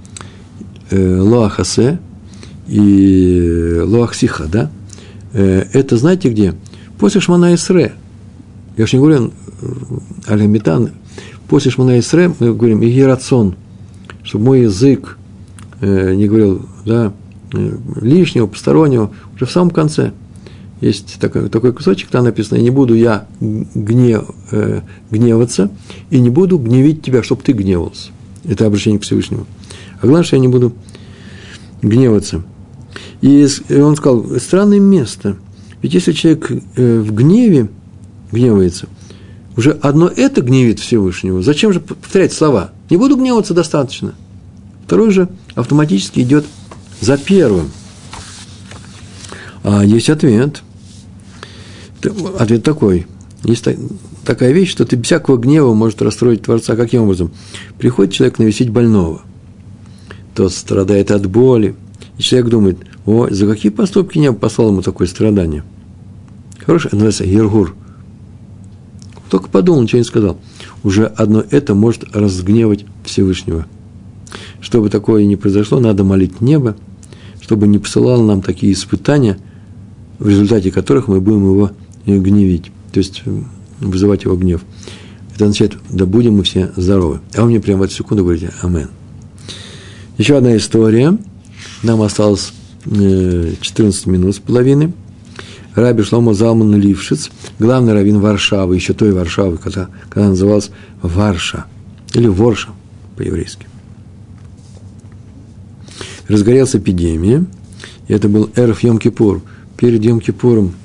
Лоахасе и Лоахсиха, да? Это знаете где? После Шмана Исре. Я уж не говорю Аль-Хамитан. После Шмана Исре мы говорим Игерацон, чтобы мой язык не говорил, да, лишнего, постороннего, уже в самом конце. есть такой, такой кусочек, там написано: «Не буду я гнев, э, гневаться, и не буду гневить тебя, чтобы ты гневался». Это обращение к Всевышнему. А главное, что я не буду гневаться. И он сказал: странное место. Ведь если человек в гневе гневается, уже одно это гневит Всевышнего. Зачем же повторять слова? Не буду гневаться, достаточно. Второй же автоматически идет за первым. А есть ответ. Ответ такой. Есть такая вещь, что ты без всякого гнева может расстроить Творца. Каким образом? Приходит человек навестить больного. Тот страдает от боли. И человек думает: о, за какие поступки небо послал ему такое страдание? Хороший, это называется гергур. Только подумал, ничего не сказал. Уже одно это может разгневать Всевышнего. Чтобы такое не произошло, надо молить небо, чтобы не посылало нам такие испытания, в результате которых мы будем его гневить, то есть вызывать его гнев. Это означает: да будем мы все здоровы. А вы мне прямо в эту секунду говорите «Амен». Еще одна история. Нам осталось четырнадцать минут с половиной. Раби Шломо Залман Лившиц, главный раввин Варшавы, еще той Варшавы, когда, когда называлась Варша, или Ворша по-еврейски. Разгорелась эпидемия, и это был Эрф Йом-Кипур, перед Йом-Кипуром,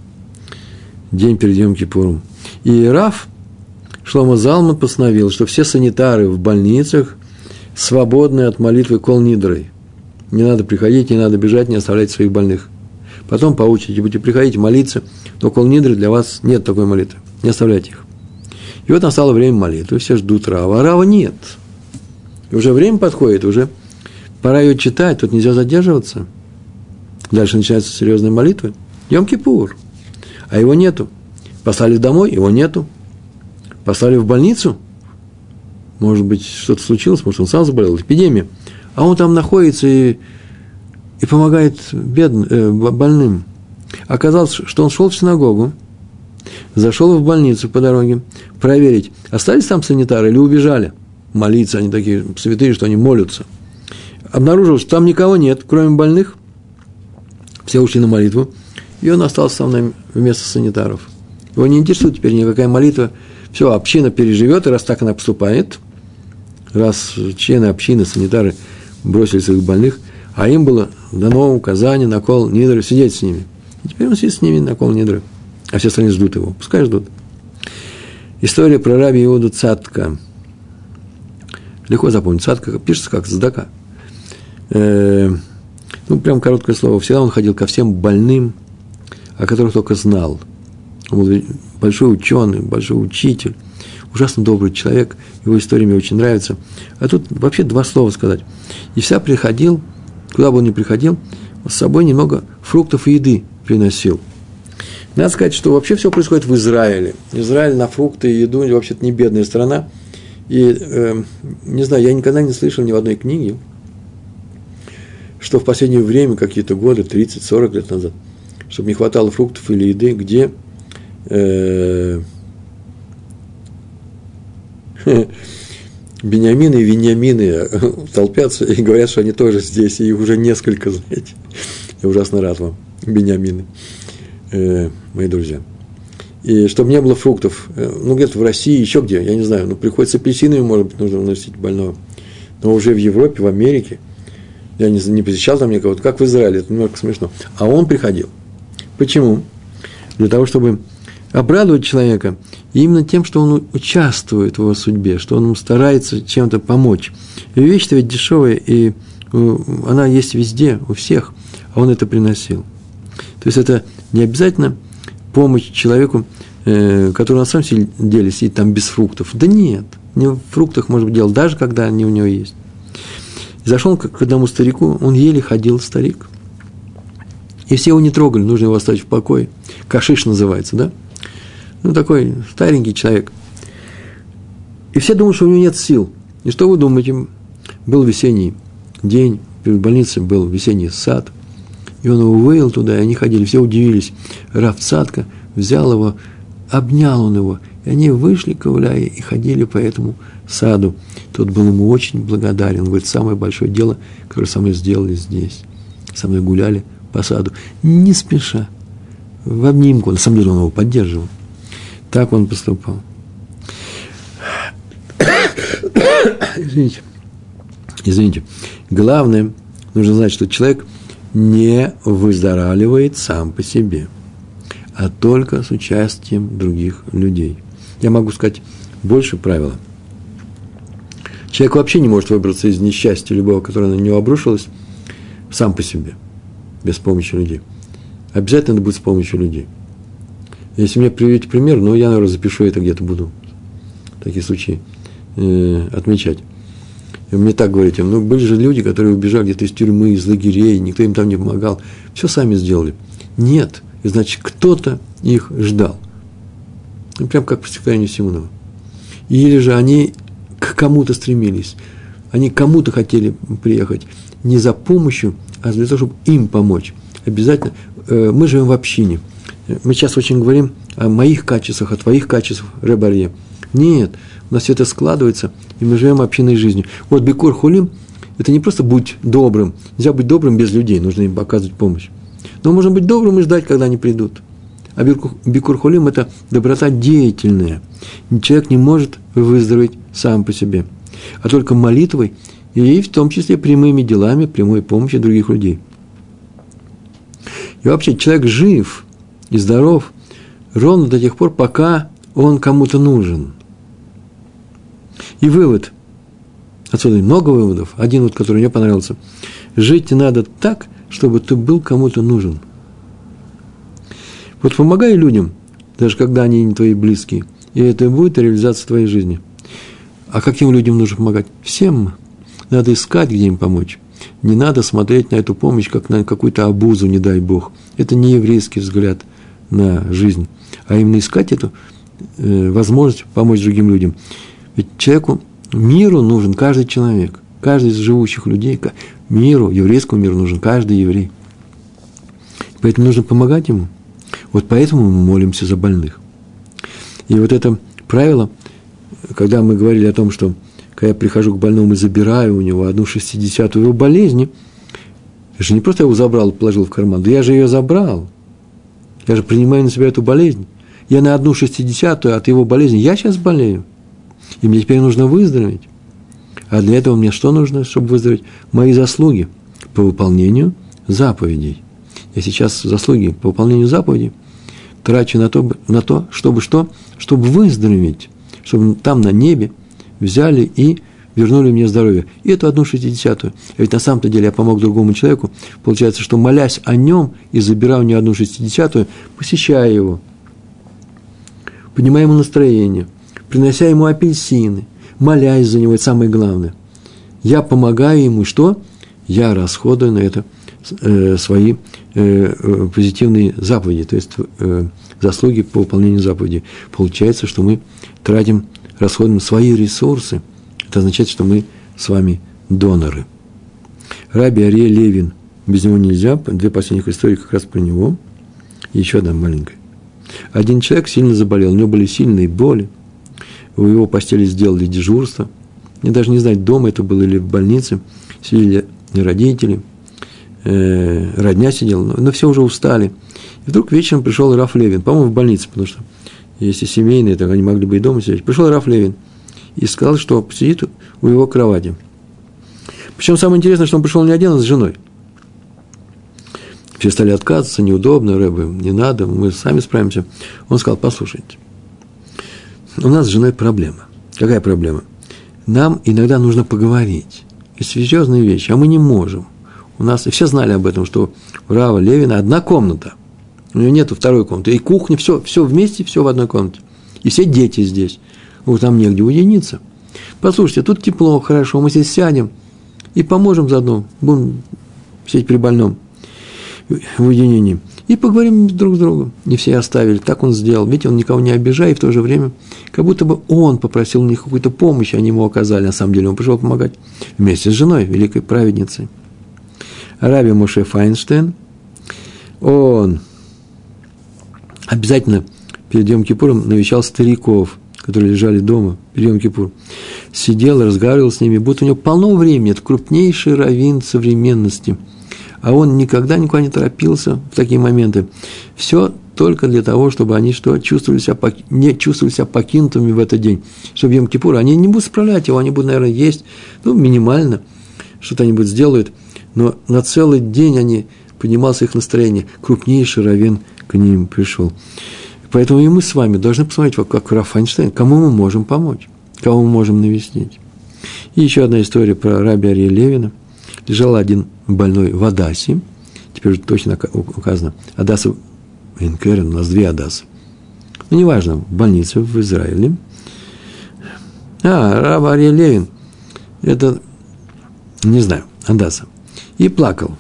день перед Йом-Кипуром. И Рав Шломо Залман постановил, что все санитары в больницах свободны от молитвы кол нидрой. Не надо приходить, не надо бежать, не оставляйте своих больных. Потом по очереди будете приходить молиться, но кол нидры для вас нет такой молитвы. Не оставляйте их. И вот настало время молитвы, все ждут Рава, а Рава нет. И уже время подходит, уже пора ее читать, тут нельзя задерживаться. Дальше начинается серьезная молитва. Йом-Кипур. А его нету. Послали домой, его нету. Послали в больницу. Может быть, что-то случилось, может, он сам заболел, эпидемия. А он там находится и, и помогает бедным, э, больным. Оказалось, что он шел в синагогу, зашел в больницу по дороге, проверить, остались там санитары или убежали. Молиться, они такие святые, что они молятся. Обнаружил, что там никого нет, кроме больных. Все ушли на молитву, и он остался сам вместо санитаров. Его не интересует теперь никакая молитва. Все, община переживет, и раз так она поступает, раз члены общины, санитары бросили своих больных, а им было дано указание на кол нидры сидеть с ними. И теперь он сидит с ними на кол нидры, а все остальные ждут его. Пускай ждут. История про раби Иуду Цатка. Легко запомнить. Цатка пишется как цдака. Э, ну, прям короткое слово. Всегда он ходил ко всем больным, о которых только знал. Он был большой ученый, большой учитель, ужасно добрый человек. Его история мне очень нравится. А тут вообще два слова сказать. И вся приходил, куда бы он ни приходил, с собой немного фруктов и еды приносил. Надо сказать, что вообще все происходит в Израиле. Израиль на фрукты и еду вообще-то не бедная страна. И, э, не знаю, я никогда не слышал ни в одной книге, что в последнее время, какие-то годы, тридцать-сорок лет назад, чтобы не хватало фруктов или еды, где э, Беньямины и Виньямины толпятся и говорят, что они тоже здесь, и их уже несколько, знаете. Я ужасно рад вам, Беньямины, э, мои друзья. И чтобы не было фруктов, ну, где-то в России, еще где, я не знаю, ну, приходится апельсинами, может быть, нужно носить больного. Но уже в Европе, в Америке, я не, не посещал там никого, как в Израиле, это немного смешно. А он приходил. Почему? Для того, чтобы обрадовать человека именно тем, что он участвует в его судьбе, что он ему старается чем-то помочь. И вещь-то ведь дешевая, и она есть везде, у всех, а он это приносил. То есть это не обязательно помощь человеку, который на самом деле сидит там без фруктов. Да нет, не в фруктах может быть дело, даже когда они у него есть. И зашел к одному старику, он еле ходил, старик. И все его не трогали, нужно его оставить в покое. Кашиш называется, да? Ну, такой старенький человек. И все думают, что у него нет сил. И что вы думаете? Был весенний день, перед больницей был весенний сад. И он его вывел туда, и они ходили, все удивились. Рав Цатка взял его, обнял он его. И они вышли, ковыляя, и ходили по этому саду. Тот был ему очень благодарен. Он говорит, самое большое дело, которое со мной сделали здесь. Со мной гуляли по саду. Не спеша. в обнимку, на самом деле он его поддерживал. Так он поступал. Извините. Извините. Главное, нужно знать, что человек не выздоравливает сам по себе, а только с участием других людей. Я могу сказать больше правила. Человек вообще не может выбраться из несчастья любого, которое на него обрушилось, сам по себе, без помощи людей. Обязательно это будет с помощью людей. Если мне приведете пример, ну, я, наверное, запишу это где-то, буду такие случаи э, отмечать. И мне так говорите, ну, были же люди, которые убежали где-то из тюрьмы, из лагерей, никто им там не помогал, все сами сделали. Нет, значит, кто-то их ждал. Ну, прям как по стихотворению Симонова. Или же они к кому-то стремились, они к кому-то хотели приехать не за помощью, а для того, чтобы им помочь. Обязательно. Э, мы живем в общине. Мы сейчас очень говорим о моих качествах, о твоих качествах, Ребе Арье. Нет, у нас все это складывается, и мы живем общинной жизнью. Вот Бикур Хулим – это не просто будь добрым. Нельзя быть добрым без людей, нужно им показывать помощь. Но можно быть добрым и ждать, когда они придут. А Бикур Хулим – это доброта деятельная. Человек не может выздороветь сам по себе, а только молитвой и в том числе прямыми делами, прямой помощью других людей. И вообще человек жив и здоров ровно до тех пор, пока он кому-то нужен. И вывод, отсюда много выводов, один вот, который мне понравился. Жить надо так, чтобы ты был кому-то нужен. Вот помогай людям, даже когда они не твои близкие, и это будет реализация твоей жизни. А каким людям нужно помогать? Всем. Надо искать, где им помочь. Не надо смотреть на эту помощь, как на какую-то обузу, не дай Бог. Это не еврейский взгляд на жизнь, а именно искать эту э, возможность помочь другим людям. Ведь человеку, миру нужен каждый человек, каждый из живущих людей, миру, еврейскому миру нужен каждый еврей. Поэтому нужно помогать ему. Вот поэтому мы молимся за больных. И вот это правило, когда мы говорили о том, что когда я прихожу к больному и забираю у него одну шестидесятую его болезни, я же не просто его забрал и положил в карман, да я же ее забрал. Я же принимаю на себя эту болезнь. Я на одну шестидесятую от его болезни, я сейчас болею. И мне теперь нужно выздороветь. А для этого мне что нужно, чтобы выздороветь? Мои заслуги по выполнению заповедей. Я сейчас заслуги по выполнению заповедей трачу на то, на то, чтобы что? Чтобы выздороветь. Чтобы там на небе взяли и вернули мне здоровье. И эту одну шестидесятую. А ведь на самом-то деле я помог другому человеку. Получается, что молясь о нем и забирая у него одну шестидесятую, посещая его, поднимая ему настроение, принося ему апельсины, молясь за него, это самое главное. Я помогаю ему, что? Я расходую на это э, свои э, позитивные заповеди, то есть э, заслуги по выполнению заповедей. Получается, что мы тратим, расходуем свои ресурсы. Это означает, что мы с вами доноры. Раби Арье Левин, без него нельзя, две последних истории как раз про него, и еще одна маленькая. Один человек сильно заболел, у него были сильные боли, у его постели сделали дежурство. Я даже не знаю, дома это было или в больнице, сидели родители, э, родня сидела, но, но все уже устали. И вдруг вечером пришел Раф Левин, по-моему, в больнице, потому что если семейные, то они могли бы и дома сидеть. Пришел Раф Левин и сказал, что сидит у его кровати. Причем самое интересное, что он пришел не один, а с женой. Все стали отказываться, неудобно, Рэбе, не надо, мы сами справимся. Он сказал, послушайте, у нас с женой проблема. Какая проблема? Нам иногда нужно поговорить. Это серьезные вещи, а мы не можем. У нас, и все знали об этом, что у Рава Левина одна комната. У него нету второй комнаты. И кухня, все, все вместе, все в одной комнате. И все дети здесь. Вот нам негде уединиться. Послушайте, тут тепло, хорошо, мы здесь сядем и поможем заодно. Будем сидеть при больном в уединении. И поговорим друг с другом. Не все оставили. Так он сделал. Видите, он никого не обижает, и в то же время, как будто бы он попросил у них какую-то помощь, они ему оказали. На самом деле он пришел помогать вместе с женой, великой праведницей. Раби Моше Файнштейн, он обязательно перед Йом-Кипуром навещал стариков, которые лежали дома перед Йом-Кипур. Сидел, разговаривал с ними, будто у него полно времени. Это крупнейший раввин современности. А он никогда никуда не торопился в такие моменты. Все только для того, чтобы они что, чувствовали себя, не чувствовали себя покинутыми в этот день. Чтобы Йом-Кипур, они не будут справлять его, они будут, наверное, есть, ну, минимально, что-то они будут сделают. Но на целый день они, поднималось их настроение. Крупнейший раввин к ним пришел. Поэтому и мы с вами должны посмотреть, как Рав Файнштейн, кому мы можем помочь, кого мы можем навестить. И еще одна история про раби Арье Левина. Лежал один больной в Адасе, теперь уже точно указано, Адаса Инкерен, у нас две Адасы. Ну, неважно, в больнице в Израиле. А, раб Арье Левин, это, не знаю, Адаса. И плакал.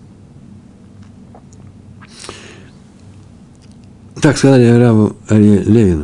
Так сказали рабу Арье Левину.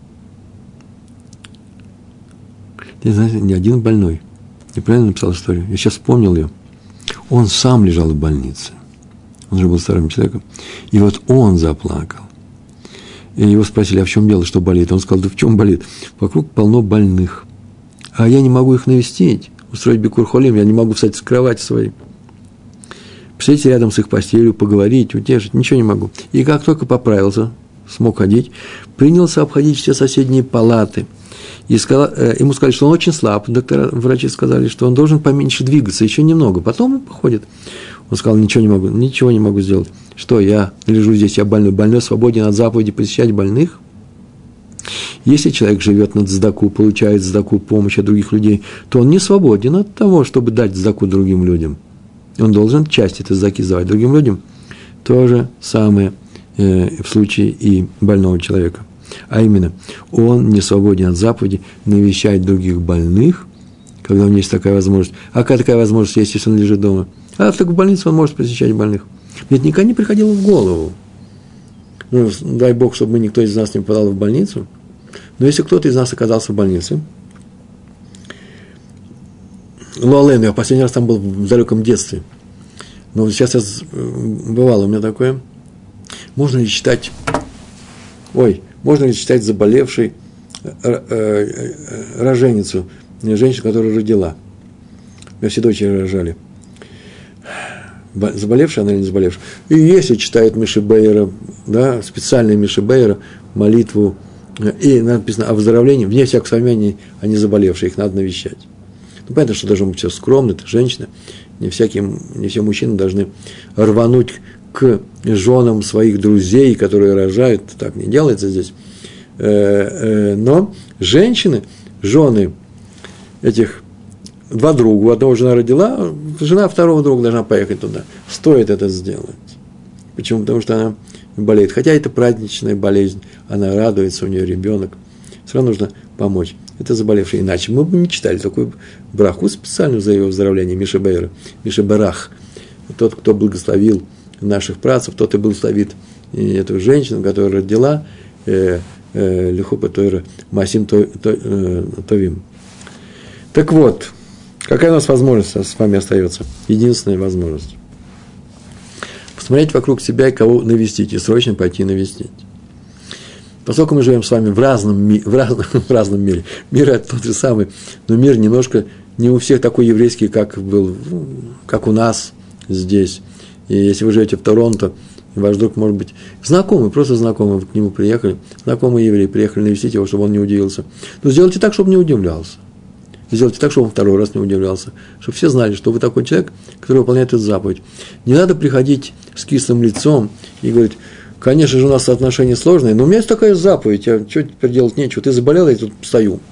Ты знаешь, не один больной. Я правильно написал историю? Я сейчас вспомнил ее. Он сам лежал в больнице. Он же был старым человеком. И вот он заплакал. И его спросили, а в чем дело, что болит? Он сказал, да в чем болит? Вокруг полно больных. А я не могу их навестить, устроить бикур холим, я не могу встать с кровати своей. Посидеть рядом с их постелью, поговорить, утешить, ничего не могу. И как только поправился, смог ходить, принялся обходить все соседние палаты. И сказал, э, ему сказали, что он очень слаб. Доктора, врачи сказали, что он должен поменьше двигаться, еще немного. Потом он походит. Он сказал, ничего не могу, ничего не могу сделать. Что, я лежу здесь, я больной, больной, свободен от заповеди посещать больных? Если человек живет на цдаку, получает цдаку, помощь от других людей, то он не свободен от того, чтобы дать цдаку другим людям. Он должен часть этой цдаки сдавать другим людям. То же самое э, в случае и больного человека. А именно, он не свободен от заповеди навещать других больных, когда у него есть такая возможность. А какая такая возможность есть, если он лежит дома? А в такой больнице он может посещать больных. Мне это никогда не приходило в голову. Ну, дай Бог, чтобы никто из нас не попадал в больницу. Но если кто-то из нас оказался в больнице, Луален, я последний раз там был в далеком детстве, но вот сейчас бывало у меня такое, можно ли считать, ой, можно ли считать заболевшей роженицу, женщину, которая родила. У меня все дочери рожали. Заболевшая она или не заболевшая. И если читает Миши Бейера, да, специальный Миши Бейера, молитву, и написано о выздоровлении, вне всякого сомнения, они заболевшие, их надо навещать. Ну, понятно, что должно быть все скромно, это женщина, не, всякие, не все мужчины должны рвануть к женам своих друзей, которые рожают, так не делается здесь. Но женщины, жены этих, два друга, у одного жена родила, жена второго друга должна поехать туда. Стоит это сделать. Почему? Потому что она болеет. Хотя это праздничная болезнь, она радуется, у нее ребенок. Все равно нужно помочь. Это заболевший. Иначе мы бы не читали такую браху специальную за его выздоровление, Миша Бейра, Миша Барах. Тот, кто благословил наших працев, тот и благословит эту женщину, которая родила Лихупа Тойра Масим Товим. Так вот, какая у нас возможность с вами остается? Единственная возможность. Посмотреть вокруг себя и кого навестить, и срочно пойти навестить. Поскольку мы живем с вами в разном, ми- в разном, в разном мире, мир это тот же самый, но мир немножко не у всех такой еврейский, как был, как у нас здесь. И если вы живете в Торонто, и ваш друг, может быть, знакомый, просто знакомый, вы к нему приехали, знакомый еврей, приехали навестить его, чтобы он не удивился. Но сделайте так, чтобы не удивлялся. Сделайте так, чтобы он второй раз не удивлялся. Чтобы все знали, что вы такой человек, который выполняет эту заповедь. Не надо приходить с кислым лицом и говорить, конечно же, у нас отношения сложные, но у меня есть такая заповедь, а что теперь делать нечего, ты заболел, я тут стою.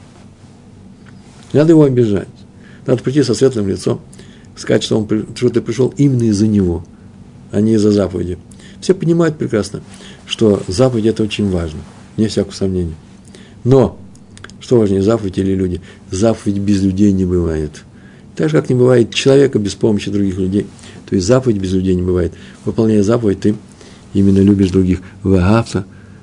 Не надо его обижать. Надо прийти со светлым лицом, сказать, что, он, что ты пришел именно из-за него, а не из-за заповеди. Все понимают прекрасно, что заповедь – это очень важно, вне всякого сомнения. Но что важнее, заповедь или люди? Заповедь без людей не бывает. Так же, как не бывает человека без помощи других людей, то есть заповедь без людей не бывает. Выполняя заповедь, ты именно любишь других. Вагафта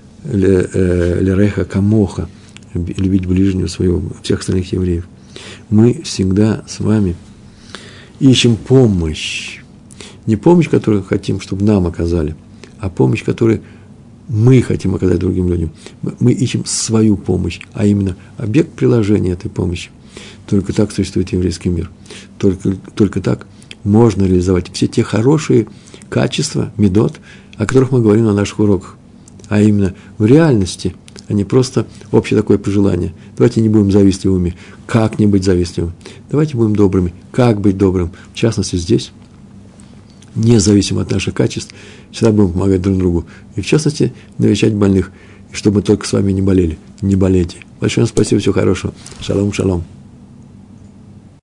лереха камоха, любить ближнего своего, всех остальных евреев. Мы всегда с вами ищем помощь. Не помощь, которую хотим, чтобы нам оказали, а помощь, которую мы хотим оказать другим людям. Мы ищем свою помощь, а именно объект приложения этой помощи. Только так существует еврейский мир. Только, только так можно реализовать все те хорошие качества, медот, о которых мы говорим на наших уроках. А именно в реальности, а не просто общее такое пожелание. Давайте не будем завистливыми. Как не быть завистливым? Давайте будем добрыми. Как быть добрым? В частности, здесь, независимо от наших качеств, всегда будем помогать друг другу. И в частности, навещать больных. И чтобы мы только с вами не болели. Не болейте. Большое вам спасибо, всего хорошего. Шалом, шалом.